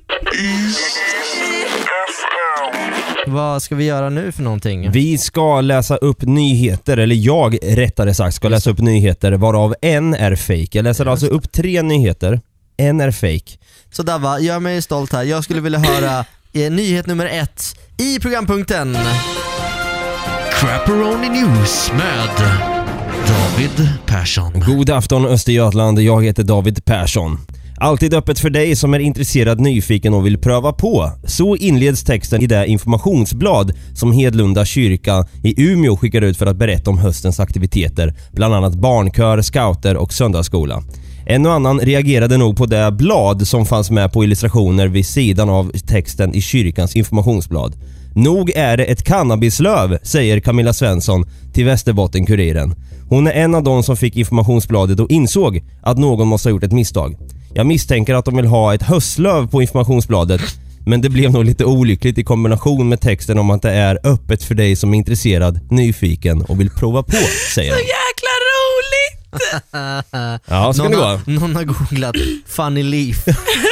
Vad ska vi göra nu för någonting? Vi ska läsa upp nyheter, eller jag rättare sagt ska läsa upp nyheter varav en är fake. Jag läser alltså upp tre nyheter, en är fake. Så Dava, gör mig stolt här. Jag skulle vilja höra eh, nyhet nummer ett i programpunkten Crapperoni News med David Persson. God afton Östergötland, jag heter David Persson. Alltid öppet för dig som är intresserad, nyfiken och vill pröva på. Så inleds texten i det informationsblad som Hedlunda kyrka i Umeå skickar ut för att berätta om höstens aktiviteter, bland annat barnkör, scouter och söndagsskola. En och annan reagerade nog på det blad som fanns med på illustrationer vid sidan av texten i kyrkans informationsblad. Nog är det ett cannabislöv, säger Camilla Svensson till Västerbotten-Kuriren. Hon är en av de som fick informationsbladet och insåg att någon måste ha gjort ett misstag. Jag misstänker att de vill ha ett höstlöv på informationsbladet, men det blev nog lite olyckligt i kombination med texten om att det är öppet för dig som är intresserad, nyfiken och vill prova på, säger Så han. jäkla roligt! Ja, ska någon, det har, gå? någon har googlat funny leaf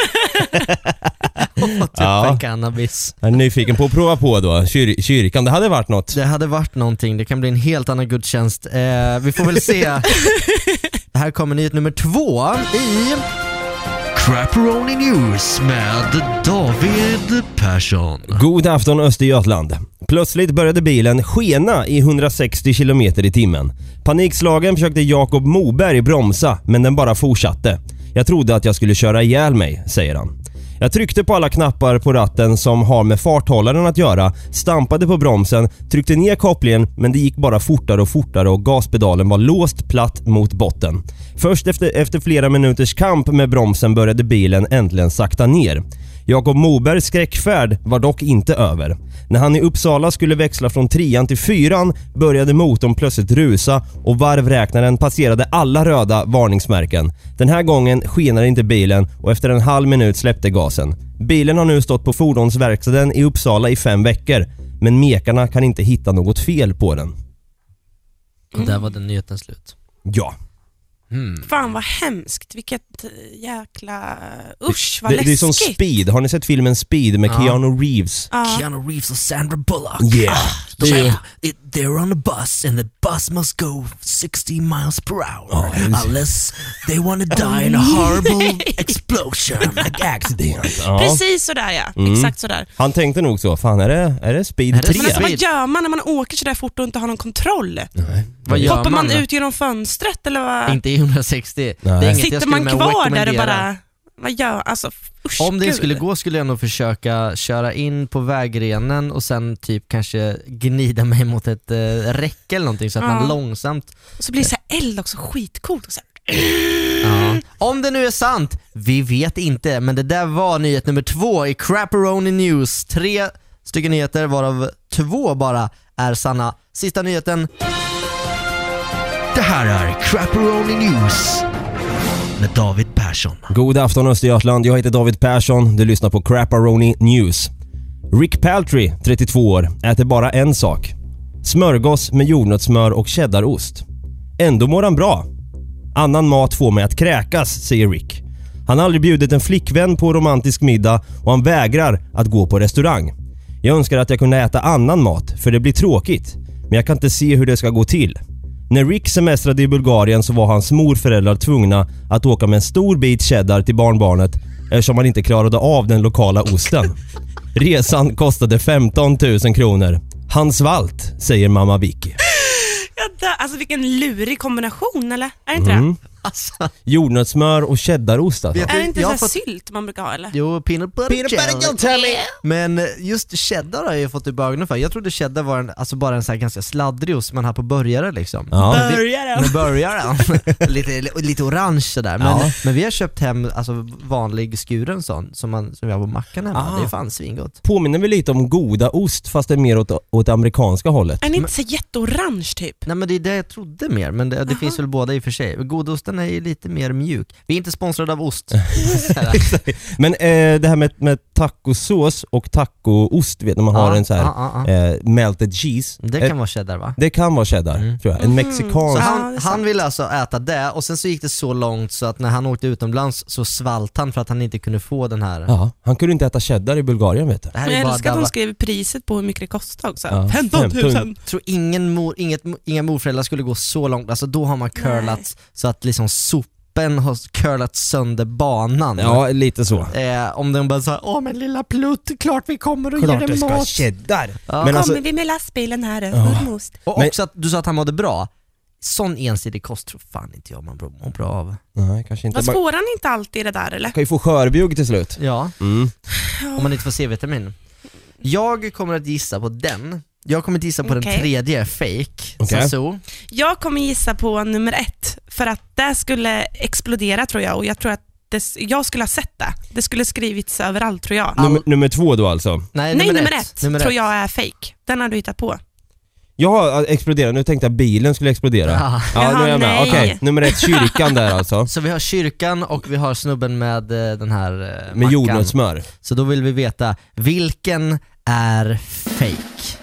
och fått upp Ja. en cannabis. Jag är nyfiken på att prova på då. Kyr- kyrkan, det hade varit något. Det hade varit någonting, det kan bli en helt annan gudstjänst. eh, Vi får väl se. Det här kommer nyhet nummer två i Crapperoni News med David Persson. God afton Östergötland. Plötsligt började bilen skena i hundrasextio kilometer i timmen. Panikslagen försökte Jakob Moberg bromsa, men den bara fortsatte. Jag trodde att jag skulle köra ihjäl mig, säger han. Jag tryckte på alla knappar på ratten som har med farthållaren att göra, stampade på bromsen, tryckte ner kopplingen, men det gick bara fortare och fortare och gaspedalen var låst platt mot botten. Först efter, efter flera minuters kamp med bromsen började bilen äntligen sakta ner. Jakob Mobergs skräckfärd var dock inte över. När han i Uppsala skulle växla från trean till fyran började motorn plötsligt rusa och varvräknaren passerade alla röda varningsmärken. Den här gången skenade inte bilen och efter en halv minut släppte gasen. Bilen har nu stått på fordonsverkstaden i Uppsala i fem veckor, men mekarna kan inte hitta något fel på den. Och där var den nyheten slut. Ja. Mm. Fan vad hemskt, vilket jäkla... Usch vad Det, läskigt. det är som Speed. Har ni sett filmen Speed med Ja. Keanu Reeves? Ja. Keanu Reeves och Sandra Bullock. Yeah. De Det är- är, it, they're on a bus and the bus must go sixty miles per hour Ja, det är- unless they want to die in a horrible explosion. Accident. Ja. Precis sådär ja, Mm. exakt sådär. Han tänkte nog så, fan är det, är det Speed Är det tre? Men alltså, vad Speed. gör man när man åker sådär fort och inte har någon kontroll? Vad gör Hoppar man man? ut genom fönstret eller vad? Inte i hundrasextio. Det är Nej. inget jag Sitter skulle man med kvar där och rekommendera. bara... Vad gör alltså? Usch, Om det gud. skulle gå skulle jag nog försöka köra in på vägrenen och sen typ kanske gnida mig mot ett eh, räcke eller någonting så att Ja. man långsamt... Och så blir det så här eld också, skitcoolt. Och så här. Ja. Om det nu är sant, vi vet inte, men det där var nyhet nummer två i Crapperoni News. Tre stycken nyheter varav två bara är sanna. Sista nyheten. Det här är Crapperoni News med David Persson. God afton Östergötland, jag heter David Persson. Du lyssnar på Crapperoni News. Rick Paltry, trettiotvå år, äter bara en sak. Smörgås med jordnötssmör och cheddarost. Ändå mår han bra. Annan mat får mig att kräkas, säger Rick. Han har aldrig bjudit en flickvän på romantisk middag och han vägrar att gå på restaurang. Jag önskar att jag kunde äta annan mat, för det blir tråkigt. Men jag kan inte se hur det ska gå till. När Rick semestrade i Bulgarien så var hans morföräldrar tvungna att åka med en stor bit cheddar till barnbarnet eftersom man inte klarade av den lokala osten. Resan kostade femton tusen kronor. Han svalt, säger mamma Vicky. Ja, där, alltså vilken lurig kombination, eller? Är det inte Mm. det? Alltså, Jordnötssmör och cheddarost alltså. Vet Är det inte jag så har här fått- sylt man brukar ha, eller? jo, peanut butter, Peanut butter jelly. Men just cheddar har jag ju fått upp ögonen för. Jag trodde cheddar var en, alltså bara en så här ganska sladdrig ost man har på burgare liksom. Ja. Börjar Med burgaren. lite, lite orange sådär. Men, Ja. men vi har köpt hem alltså, vanlig skuren sån som, man, som vi har på mackan hemma. Ah. Det är fan svingott. Påminner vi lite om goda ost fast det är mer åt, åt det amerikanska hållet. Är ni inte så jätteorange typ? Nej men det är det jag trodde mer, men det, det finns väl båda i och för sig. Godosten är ju lite mer mjuk. Vi är inte sponsrade av ost. Men eh, det här med, med tacosås och tacoost, vet när man har Ja, en så här ja, ja, ja. eh, melted cheese. Det Eh, kan vara cheddar va? det kan vara cheddar, Mm. tror jag. En mexikansk. Så Ja, han, det är han sant. ville alltså äta det och sen så gick det så långt så att när han åkte utomlands så svalt han för att han inte kunde få den här. Ja, han kunde inte äta cheddar i Bulgarien, vet du. Det här Men är jag bara älskar att de dava. skrev priset på hur mycket det kostar också. Ja, femton tusen. Tror ingen mor, inget, inga morföräldrar skulle gå så långt, alltså då har man curlat så att liksom sopen har curlat sönder banan. Ja, lite så. Eh, om den bara sa, åh men lilla Plutt, klart vi kommer och Klart ger det dig ska mat. cheddar. Ja. Men Kommer alltså, vi med lastbilen här, en Ja. full most. Och Men- också att du sa att han mådde bra. Sån ensidig kost tror fan inte jag man mår bra av. nej, kanske inte. Vad Man spårar han inte alltid det där, eller? kan ju få skörbjugg till slut. Ja, Mm. om man inte får C-vitamin. Jag kommer att gissa på den. Jag kommer att gissa på den Okej. tredje, fake. Okej. Sasu. Jag kommer gissa på nummer ett, för att det skulle explodera tror jag, och jag tror att det, jag skulle ha sett det. Det skulle skrivits överallt tror jag. Nummer, nummer två då alltså. Nej, Nej, nummer, nummer ett. ett, Nummer tror ett. jag är fake. Den har du hittat på. Ja, explodera. Nu tänkte jag bilen skulle explodera. Ah. Ja, nu är jag med. Jaha, nej. Okej, nummer ett, kyrkan där alltså. Så vi har kyrkan och vi har snubben med eh, den här eh, Med mackan. jordnötssmör. Så då vill vi veta, vilken är fake?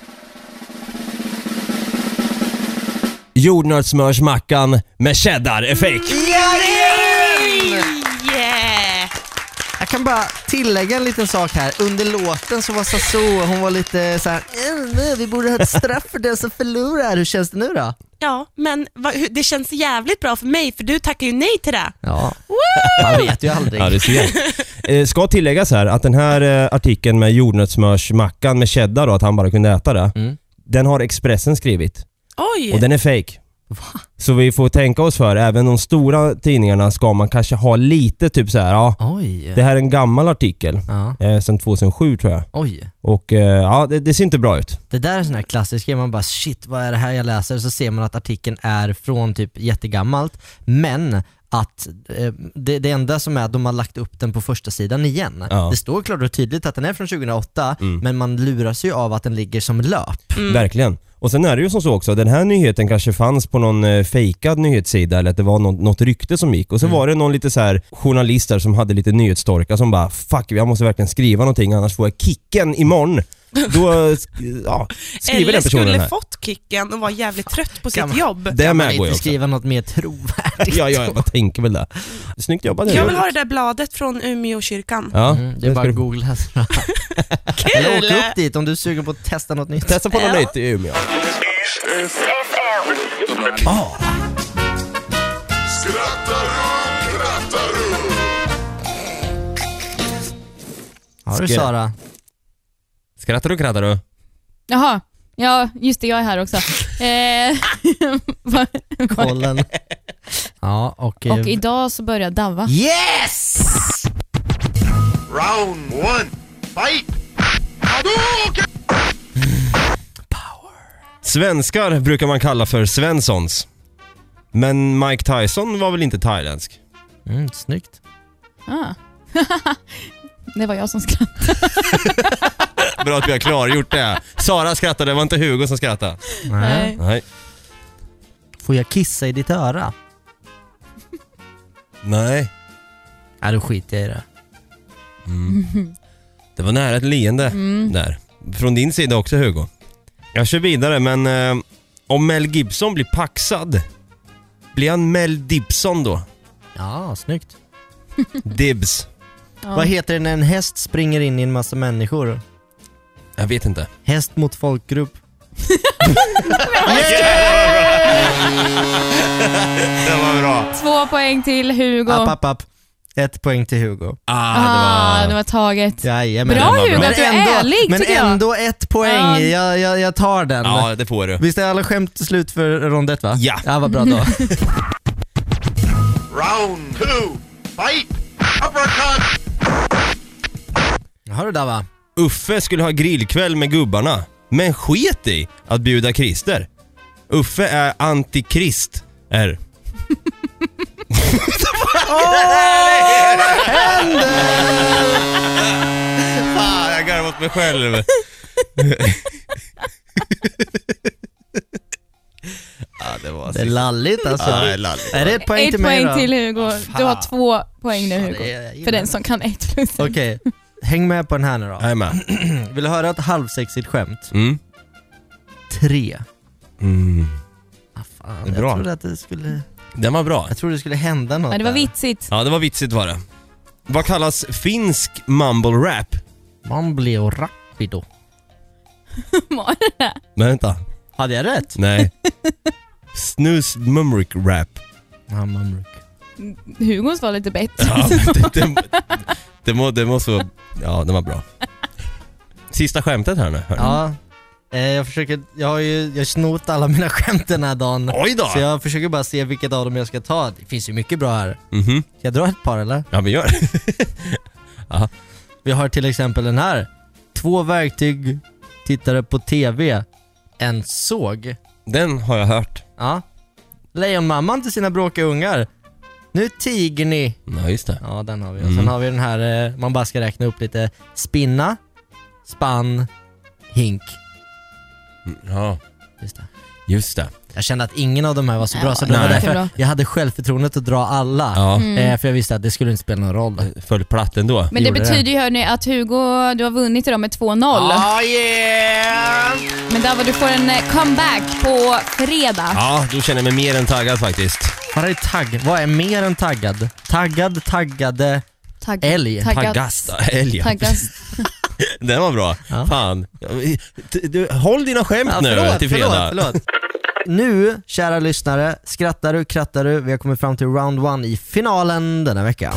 Jordnötssmörsmackan med cheddar är fake. Yeah! Jag kan bara tillägga en liten sak här. Under låten så var Sasu, hon var lite så här, "Eh, nej, vi borde ha ett straff för den som förlorar. Hur känns det nu då? Ja, men va, hur- det känns jävligt bra för mig, för du tackar ju nej till det. Ja, man vet ju aldrig. Ja, det ser jag. Eh, ska tilläggas här att den här eh, artikeln med jordnötssmörsmackan med cheddar då, att han bara kunde äta det. Mm. Den har Expressen skrivit. Oj! Och den är fake. Så vi får tänka oss för, även de stora tidningarna ska man kanske ha lite typ så här, ja. Oj. Det här är en gammal artikel. Ja. Eh, sen tjugohundrasju tror jag. Oj. Och eh, ja, det, det ser inte bra ut. Det där är sån här klassisk grej, man bara shit, vad är det här jag läser? Så ser man att artikeln är från typ jättegammalt, men att eh, det, det enda som är att de har lagt upp den på första sidan igen. Ja. Det står klart och tydligt att den är från tjugohundraåtta, Mm. men man lurar sig ju av att den ligger som löp. Verkligen. Och sen är det ju som så också, den här nyheten kanske fanns på någon eh, fejkad nyhetssida eller att det var något, något rykte som gick. Och så Mm. var det någon lite så här journalister som hade lite nyhetstorka som bara fuck, jag måste verkligen skriva någonting annars får jag kicken imorgon. Då eh, sk- ja, skriver Eller den personen skulle här. fått kicken och var jävligt trött på Kan sitt man- jobb. Det är Kan man med går inte jag också. skriva något mer trovärdigt? Ja, ja, jag tänker väl det. Snyggt jobbat. Jag vill ha det där bladet från Umeå-kyrkan. Ja, Mm, det är ska bara du- att googla. Eller åka upp dit om du är sugen på att testa något nytt. Testa på något nytt i Umeå. Har du Ska- Sara? Skrattar du, krattar du? Jaha, ja just det, jag är här också. Eh, vad- Kollen. Ja, och... eh, och idag så börjar Davva. Yes! Round one, fight! Hadouken! Svenskar brukar man kalla för Svenssons. Men Mike Tyson var väl inte thailändsk? Mm, snyggt. Ah. Det var jag som skrattade. Bra att vi har klargjort det. Sara skrattade, det var inte Hugo som skrattade. Nej. Nej. Får jag kissa i ditt öra? Nej. Nej, då skiter jag i det. Det var nära ett leende där. Från din sida också, Hugo. Jag kör vidare, men eh, om Mel Gibson blir paxad, blir han Mel Gibson då? Ja, snyggt. Dibs. Ja. Vad heter det när en häst springer in i en massa människor? Jag vet inte. Häst mot folkgrupp. Det var bra. Två poäng till Hugo. App, app, app. Ett poäng till Hugo. Ah, Ah, det var... det var taget. Jajamän. Bra Hugo, Men att du är ändå, ärlig men tycker jag. ändå ett poäng. Ja. Jag, jag, jag tar den. Ja, det får du. Visst är alla skämt slut för rond ett, va? Ja. Ja, vad bra då. Round two, fight! Uppercut! Har du där, va? Uffe skulle ha grillkväll med gubbarna, men sket i att bjuda Christer. Uffe är antikrist. Är. Åh, vad händer? Fan, jag garvar åt mig själv. Ja, det var Det är lalligt alltså. Ja, det är lalligt. Är det ett poäng Ett till mig poäng då? till Hugo. Du har två poäng nu Fan, Hugo. det är- jag gillar För den det. som kan ett plus en. Okej, häng med på den här nu då. Jag är med. Vill du höra ett halvsexigt skämt? Mm. Tre. Mm. Ah, fan, Det är jag bra. trodde att det skulle... Den var bra. Jag trodde det skulle hända något Men det var där. vitsigt. Ja, det var vitsigt var det. Vad kallas finsk mumble rap? Man blev rapido. Var det det? Men vänta. Hade jag rätt? Nej. Snus mumrik rap. Ja, mumrik. Hugos var lite bättre. Ja, det, det, det, må, det måste vara... Ja, det var bra. Sista skämtet här nu. Ja, eh, jag försöker... Jag har ju jag har snott alla mina skämt den här dagen. Oj då! Så jag försöker bara se vilket av dem jag ska ta. Det finns ju mycket bra här. Mhm. Ska jag dra ett par eller? Ja, vi gör. Aha. Vi har till exempel den här. Två verktyg tittade på tv. En såg. Den har jag hört. Ja. Lejonmamman till sina bråkiga ungar. Nu tiger ni. Ja, just det. Ja, den har vi. Mm. Och sen har vi den här, eh, man bara ska räkna upp lite. Spinna, spann, hink. Ja, Just det. just det. Jag kände att ingen av de här var så Ja, bra, så det nej. var Det är därför bra. jag hade självförtroendet att dra alla. Ja, Mm. Eh, för jag visste att det skulle inte spela någon roll. föll platt ändå. Men det gjorde betyder ju hörni att Hugo, du har vunnit idag med två noll. Oh yeah! Men Dava, du får en eh, comeback på fredag. Ja, då känner jag mig mer än taggad faktiskt. Vad är tagg? Vad är mer än taggad? Taggad, taggade, Tagg, älg. taggat. Taggast. Älg. Taggast. Den var bra. Ja. Fan. Du, du, håll dina skämt Ja, nu förlåt, till fredag. förlåt, förlåt. Nu, kära lyssnare, skrattar du, krattar du. Vi har kommit fram till round one i finalen denna vecka.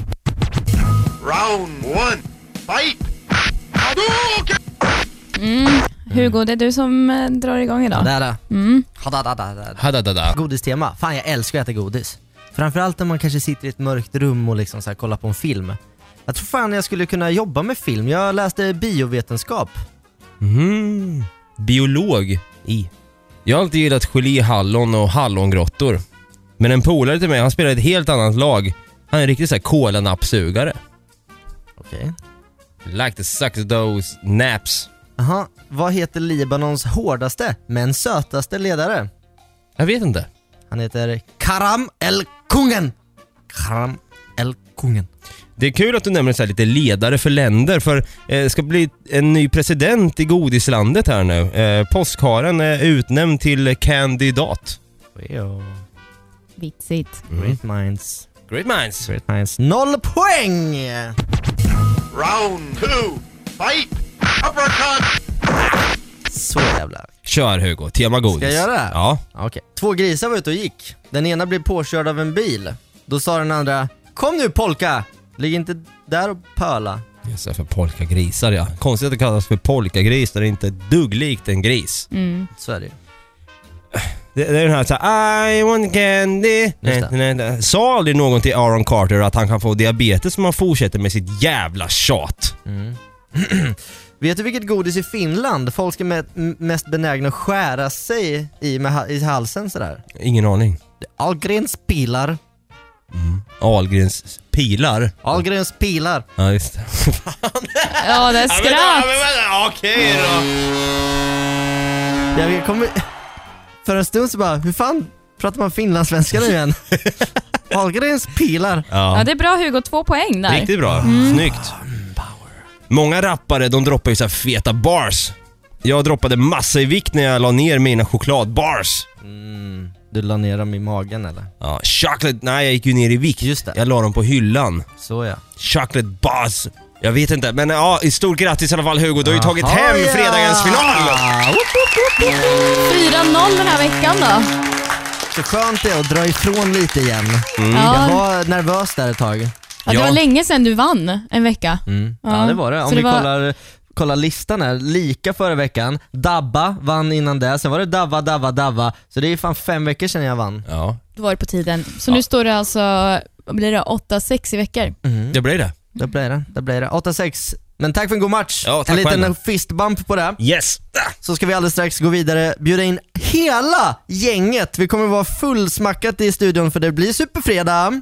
Round one, fight! Hadouken! Mm. Hugo, det är du som eh, drar igång idag. Där, där. Mm. Hadadadada. Hadadada. Godistema. Fan, jag älskar att äta godis. Framförallt när man kanske sitter i ett mörkt rum och liksom så här kollar på en film. Jag tror fan jag skulle kunna jobba med film. Jag läste biovetenskap. Mm. Biolog i. Jag har alltid gillat gelé, hallon och hallongrottor. Men en polare till mig, han spelar i ett helt annat lag. Han är en riktigt så här kolanappsugare. Okej. Like to suck those naps. Aha, vad heter Libanons hårdaste men sötaste ledare? Jag vet inte. Han heter Karam el-Kungen. Karam el-Kungen. Det är kul att du nämner så här lite ledare för länder, för eh, det ska bli en ny president i godislandet här nu. Eh, påskharen är utnämnd till kandidat. Vitsigt. Great minds. Great minds. Great minds. Noll poäng! Round two, fight! Uppercut! Så jävla. Kör Hugo, tema godis. Ska jag göra det? Ja. Okej. Två grisar var ute och gick. Den ena blev påkörd av en bil. Då sa den andra: kom nu polka! Ligg inte där och pöla. Just det, för polkagrisar ja. Konstigt att det kallas för polkagris där det inte är dugg likt en gris. Mm. Så är det ju. Det, det är den här såhär, I want candy. Just det. Nej, nej, nej. Sa aldrig någon till Aaron Carter att han kan få diabetes om han fortsätter med sitt jävla tjat? Mm. Vet du vilket godis i Finland folk är med, m- mest benägna att skära sig i, med, ha- i halsen sådär? Ingen aning. Ahlgrens pilar. Ahlgrens pilar. Ahlgrens pilar. Ja, just det. Ja, det är skratt. Okej då. Jag kommer... För en stund så bara, hur fan pratar man finlandssvenska nu igen? Ahlgrens pilar. Ja, Ja, det är bra Hugo, två poäng där. riktigt bra. Snyggt. Många rappare, de droppar ju så här feta bars. Jag droppade massa i vikt när jag la ner mina chokladbars. Mm, du la ner dem i magen eller? Ja, chocolate, nej jag gick ju ner i vikt. Just det. Jag la dem på hyllan. Så ja. Chocolate bars. Jag vet inte, men ja, i stort grattis i alla fall Hugo. Du har ju tagit Jaha, hem ja. fredagens final. Woop, woop, fyra noll den här veckan då. Så skönt det är att dra ifrån lite igen. Mm. Ja. Jag var nervös där ett tag. Ja, det var länge sedan du vann en vecka. Mm. Ja. Ja. det var det. Om Så vi det var- kollar, kollar listan här, lika förra veckan. Dabba vann innan det, sen var det Davva, Davva, Davva. Så det är fan fem veckor sedan jag vann. Ja, Då var det på tiden. Så Ja. nu står det alltså, vad blir det, åtta sex i veckor. Mm. det blir det. Det blir det, det blir det. åtta sex. Men tack för en god match. Ja, tack en liten själv. fistbump på det. Yes! Så ska vi alldeles strax gå vidare, bjuda in hela gänget. Vi kommer vara fullsmackat i studion för det blir superfredag.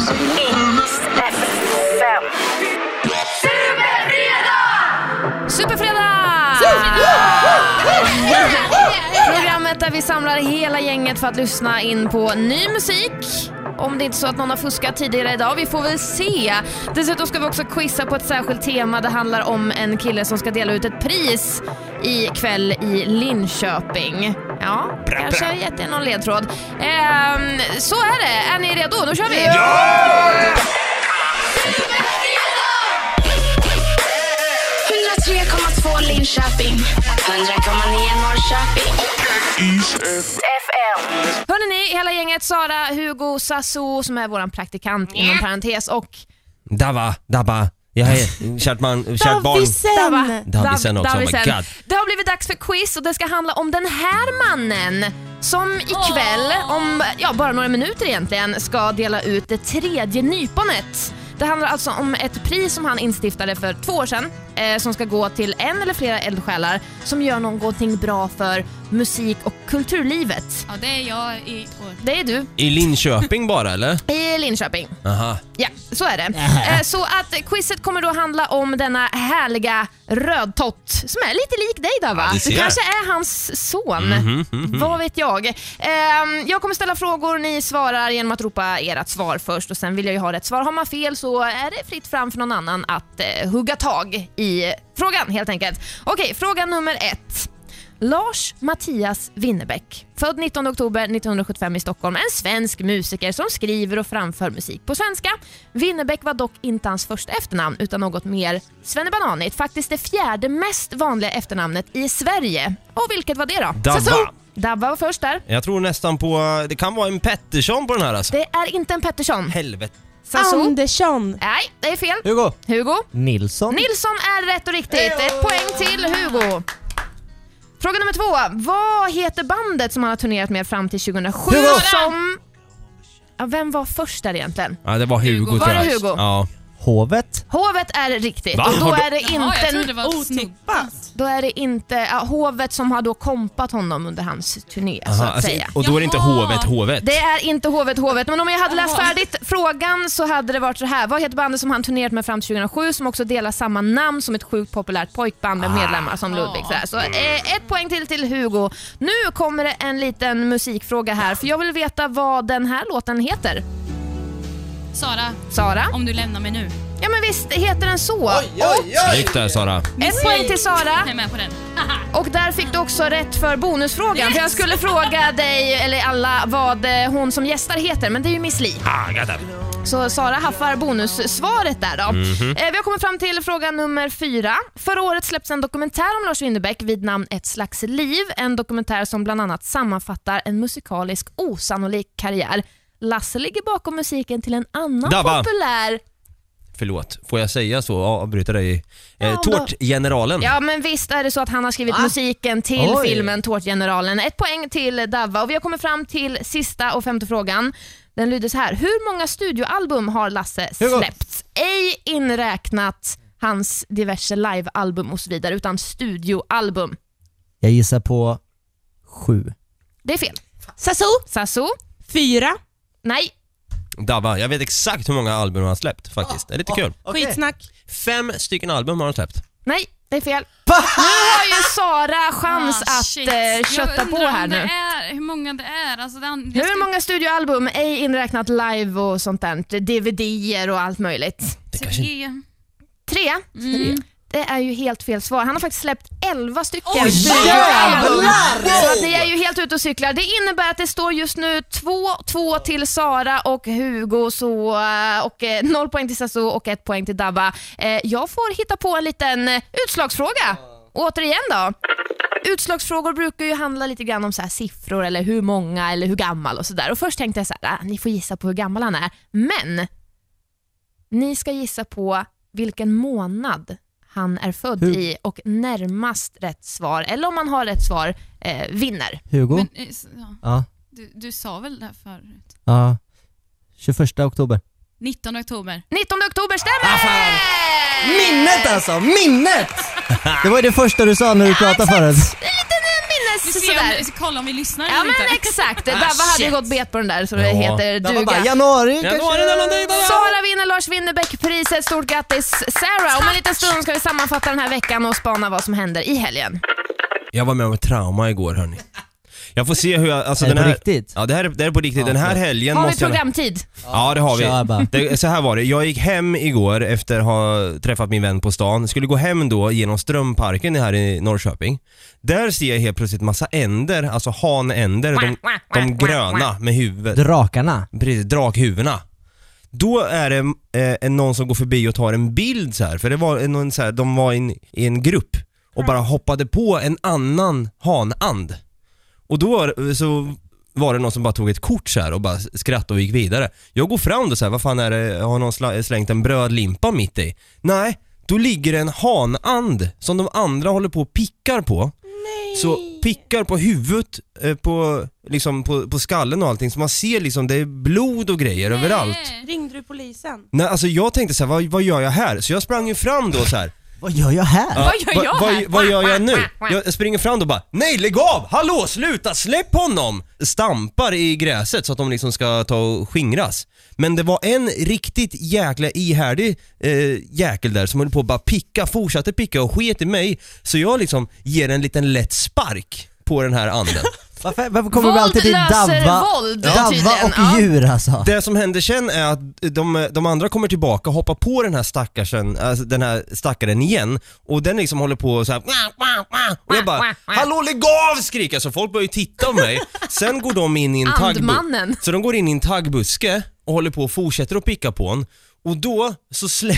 Superfredag! Programmet där vi samlar hela gänget för att lyssna in på ny musik. Om det inte är så att någon har fuskat tidigare idag, vi får väl se. Dessutom ska vi också quizza på ett särskilt tema. Det handlar om en kille som ska dela ut ett pris i kväll i Linköping. Ja, kanske har gett er någon ledtråd. Ehm, så är det. Är ni redo? Då kör vi! hundra tre komma två Linköping, hundra komma nio Norrköping. F M. Hörrni ni, hela gänget, Sara, Hugo, Sasso som är våran praktikant inom parentes och Dava, Dabba. Jag är kärt, man, kärt barn. Davisen. Davisen också, oh my Davisen. god. Det har blivit dags för quiz och det ska handla om den här mannen som ikväll, om ja, bara några minuter egentligen, ska dela ut det tredje nyponet. Det handlar alltså om ett pris som han instiftade för två år sedan eh, som ska gå till en eller flera eldsjälar som gör någonting bra för musik- och kulturlivet. Ja, det är jag i år. Det är du. I Linköping bara, eller? I Linköping. Aha. Ja, så är det. Eh, så att quizet kommer då handla om denna härliga rödtott som är lite lik dig där, va? Ja, det ser du jag. kanske är hans son. Mhm, mhm. Vad vet jag? Eh, jag kommer ställa frågor, ni svarar genom att ropa ert svar först och sen vill jag ju ha rätt svar. Har man fel så är det fritt fram för någon annan att eh, hugga tag i frågan helt enkelt. Okej, fråga nummer ett. Lars Mattias Winnerbäck, född nittonde oktober nittonhundrasjuttiofem i Stockholm, en svensk musiker som skriver och framför musik på svenska. Winnerbäck var dock inte hans första efternamn utan något mer svennebananigt, faktiskt det fjärde mest vanliga efternamnet i Sverige. Och vilket var det då? Dabba. Sasso? Dabba var först där. Jag tror nästan på, det kan vara en Pettersson på den här alltså. Det är inte en Pettersson. Helvete. Sasso? Andersson. Nej, det är fel. Hugo. Hugo? Nilsson. Nilsson är rätt och riktigt. Ett poäng till Hugo. Fråga nummer två. Vad heter bandet som han har turnerat med fram till tjugohundrasju? Hugo! Som... Ja, vem var först där egentligen? Ja, det var Hugo, Hugo. tror jag. Var det Hugo? Ja. Hovet. Hovet är riktigt. Va? Och då Har du- är det Jaha, jag trodde det inte... var snubb. Otippat. Då är det inte ja, Hovet som har då kompat honom under hans turné, så Aha, att alltså, säga. och då är det inte Jaha. hovet, hovet. Det är inte Hovet, Hovet. Men om jag hade läst Jaha. färdigt frågan så hade det varit så här. Vad heter bandet som han turnerat med fram till tjugohundrasju som också delar samma namn som ett sjukt populärt pojkband med medlemmar som Ludvig? Så, här. så eh, ett poäng till till Hugo. Nu kommer det en liten musikfråga här. För jag vill veta vad den här låten heter. Sara, Sara? om du lämnar mig nu. Ja men visst heter den så. Snyggt där, Sara. Ett poäng till Sara. Jag är med på den. Och där fick du också rätt för bonusfrågan. För jag skulle fråga dig, eller alla, vad eh, hon som gästar heter. Men det är ju Miss Li. Ah, got that. Så Sara haffar bonussvaret där då. Mhm. Eh, vi har kommit fram till fråga nummer fyra. Förra året släpptes en dokumentär om Lars Winnerbäck vid namn Ett slags liv. En dokumentär som bland annat sammanfattar en musikalisk osannolik karriär. Lasse ligger bakom musiken till en annan Dabba. populär... Förlåt, får jag säga så? Avbryta dig. Eh, Ja, då- Tårtgeneralen. Ja men visst är det så att han har skrivit musiken till Oj. filmen Tårtgeneralen. Ett poäng till Davva och vi har kommit fram till sista och femte frågan. Den lyder så här. Hur många studioalbum har Lasse Hugo. släppt? Ej inräknat hans diverse livealbum och så vidare utan studioalbum. Jag gissar på sju. Det är fel. Sasso. Sasso? Fyra. Nej. Dabba, jag vet exakt hur många album han har släppt faktiskt. Det är lite kul. Skitsnack. Fem stycken album har han släppt. Nej, det är fel. Nu har ju Sara chans Ah, att shit. eh, kötta Jag på undrar här om nu. det är, hur många det är. Alltså, det an- jag Hur ska- många studioalbum, ej inräknat live och sånt där, D V D-er och allt möjligt? kanske- Tre. Tre? Mm. Det är ju helt fel svar. Han har faktiskt släppt elva stycken. Oj, studioalbum. Så att det är ju helt ute och cyklar. Det innebär att det står just nu två två till Sara och Hugo så, och eh, noll poäng till Sasso och ett poäng till Dabba. Eh, Jag får hitta på en liten eh, utslagsfråga. Återigen då. utslagsfrågor brukar ju handla lite grann om så här siffror eller hur många eller hur gammal och sådär. Och först tänkte jag så här, ah, ni får gissa på hur gammal han är. Men ni ska gissa på vilken månad han är född Hur? i och närmast rätt svar, eller om man har rätt svar, eh, vinner. Hugo? Men, eh, s- ja. Ja. Du, du sa väl det här förut? Ja. tjugoförsta oktober. nittonde oktober. nittonde oktober stämmer! Minnet alltså! Minnet! Det var ju det första du sa när du pratade förut. Vi Minnes ser om, sådär. vi ska kolla om vi lyssnar Ja eller men inte. exakt, Dabba hade ju gått bet på den där så det Ja. heter Det var bara duga. januari Januari kanske. eller någonting där. Sara vinner Lars Winnerbäck-priset. Stort grattis Sarah. Om en liten stund ska vi sammanfatta den här veckan och spana vad som händer i helgen. Jag var med om ett trauma igår, hörni. Jag får se hur jag... Alltså Är det den på här, riktigt? Ja, det här, är- det här är på riktigt. Ja, Den här förlåt. helgen Har vi måste jag... programtid? Ja, det har Kör bara. vi. Det, så här var det. Jag gick hem igår efter att ha träffat min vän på stan. Skulle gå hem då genom Strömparken här i Norrköping. Där ser jag helt plötsligt massa änder, alltså hanänder, de, de gröna med huvudet. Drakarna. Precis, drakhuvudena. Då är det eh, någon som går förbi och tar en bild så här, för det var någon så här, de var in, i en grupp och bara hoppade på en annan hanand. Och då var- så var det någon som bara tog ett kort så här och bara skrattade och gick vidare. Jag går fram då så här, vad fan är det, har någon sla- slängt en brödlimpa mitt i? Nej, då ligger en hanand som de andra håller på och pickar på. Så pickar på huvudet, eh, på, liksom på, på skallen och allting, så man ser liksom det är blod och grejer överallt. Ringde du polisen? Nej, alltså jag tänkte så här, vad, vad gör jag här? Så jag sprang ju fram då så här. Vad gör jag här? Ja, Vad gör jag vad, här? vad gör jag nu? Jag springer fram då och bara, nej lägg av! Hallå, sluta, släpp honom! Stampar i gräset så att de liksom ska ta och skingras. Men det var en riktigt jäkla ihärdig eh, jäkel där som höll på att bara picka, fortsatte picka och sket i mig. Så jag liksom ger en liten lätt spark på den här anden. Varför, varför kommer vi Våld alltid till löser Dabba, våld, Dabba tydligen. och Ja. djur alltså? Det som händer sen är att de, de andra kommer tillbaka och hoppar på den här stackarsen, alltså den här stackaren igen, och den liksom håller på så här, och jag bara, hallå lägg av, skriker jag, så folk börjar ju titta på mig. Sen går de in i en taggbuske. Andmannen. Så de går in i en taggbuske och håller på och fortsätter att picka på en. Och då så slä...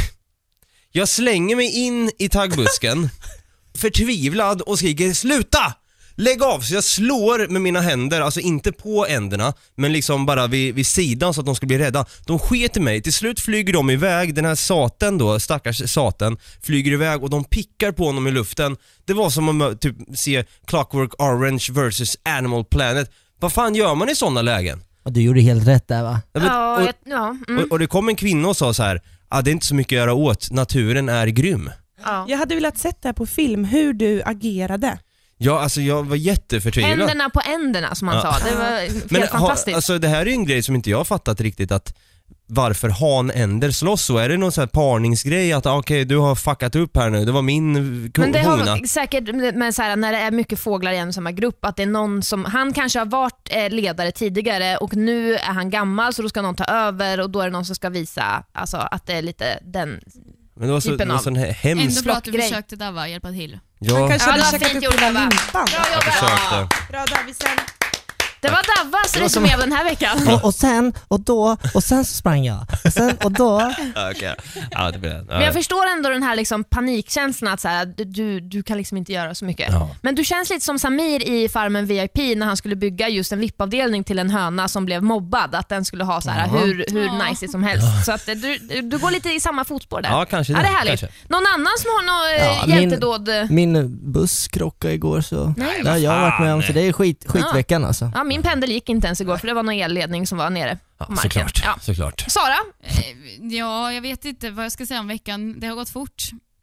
jag slänger mig in i taggbusken förtvivlad och skriker, sluta! Lägg av! Så jag slår med mina händer, alltså inte på änderna, men liksom bara vid, vid sidan så att de ska bli rädda. De sket i mig, till slut flyger de iväg, den här saten då, stackars saten, flyger iväg och de pickar på honom i luften. Det var som att typ se Clockwork Orange versus Animal Planet. Vad fan gör man i sådana lägen? Och du gjorde helt rätt där va? Ja, men, Ja, och, jag, ja, mm. och, och det kom en kvinna och sa så här, ah, det är inte så mycket att göra åt, naturen är grym. ja. Jag hade velat sett det här på film, hur du agerade. Ja, alltså jag var jätteförtvivlad. Händerna på änderna som han Ja. sa. Det var helt Men ha, fantastiskt. alltså det här är ju en grej som inte jag har fattat riktigt, att varför hanänder slåss så. Är det någon sån här parningsgrej att ah, okej, du har fuckat upp här nu, det var min ko- Men det hona. har säkert med så här, när det är mycket fåglar i en samma grupp, att det är någon som, han kanske har varit eh, ledare tidigare och nu är han gammal så då ska någon ta över och då är det någon som ska visa alltså, att det är lite den. Men det var så, typen det var av- sån här hemskt. Ändå bra att du flockgrej. försökte Dabba hjälpa till. Ja, Han kanske Ja, hade det var käkat fint upp gjort, den där Dabba. limpan. Bra jag jobbat. försökte. Bra Davisen. Det var Davvas resumé av den här veckan. Och, och sen, och då, och sen så sprang jag. Och sen, och då... Ja, okej. Ja, det blir det. Men jag förstår ändå den här liksom panikkänslan att så här, du, du kan liksom inte göra så mycket. Ja. Men du känns lite som Samir i Farmen V I P när han skulle bygga just en vippavdelning till en höna som blev mobbad. Att den skulle ha så här, hur, hur Ja. nice som helst. Så att du, du, du går lite i samma fotspår där. Ja, kanske Ja, det. det är härligt. Kanske. Någon annan som har något Ja, ja, min- hjältedåd? Min buss krockade igår så Nej, det har jag varit med om, så det är skit, skitveckan alltså. Ja, min pendel gick inte ens igår för det var någon elledning som var nere på Ja, marken. såklart. Ja. såklart. Sara? Eh, Ja, jag vet inte vad jag ska säga om veckan. Det har gått fort.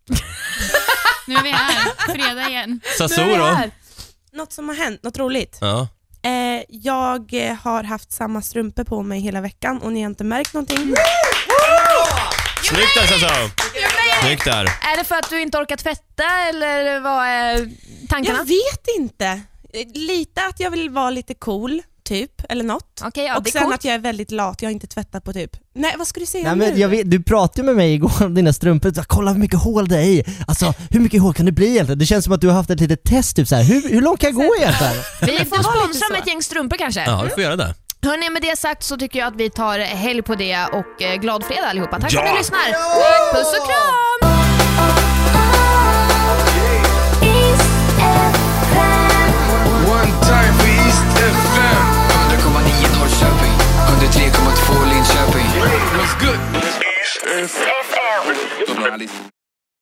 Nu är vi här, fredag igen. Sasso Nu är vi då? här. Något som har hänt, något roligt. Ja. Eh, jag eh, har haft samma strumpor på mig hela veckan och ni har inte märkt någonting. Snyggt där, Sasso. Snyggt där. Är det för att du inte orkar tvätta eller vad är tankarna? Jag vet inte. Eh, Lite att jag vill vara lite cool, typ, eller något. Okej, ja, och det är sen coolt. att jag är väldigt lat, jag har inte tvättat på typ. Nej, vad ska du säga Nej, nu? men jag vet, du pratade med mig igår om dina strumpor, så, kolla hur mycket hål det är i. Alltså hur mycket hål kan det bli egentligen? Det känns som att du har haft ett litet test typ så här. Hur, hur långt kan jag gå egentligen? Vi får Det var lite sponsra så. med ett gäng strumpor kanske. Ja, du får göra det. Hörrni, med det sagt så tycker jag att vi tar helg på det och eh, glad fredag allihopa. Tack Ja. för att ni lyssnar. Puss och kram! East F M. journalism.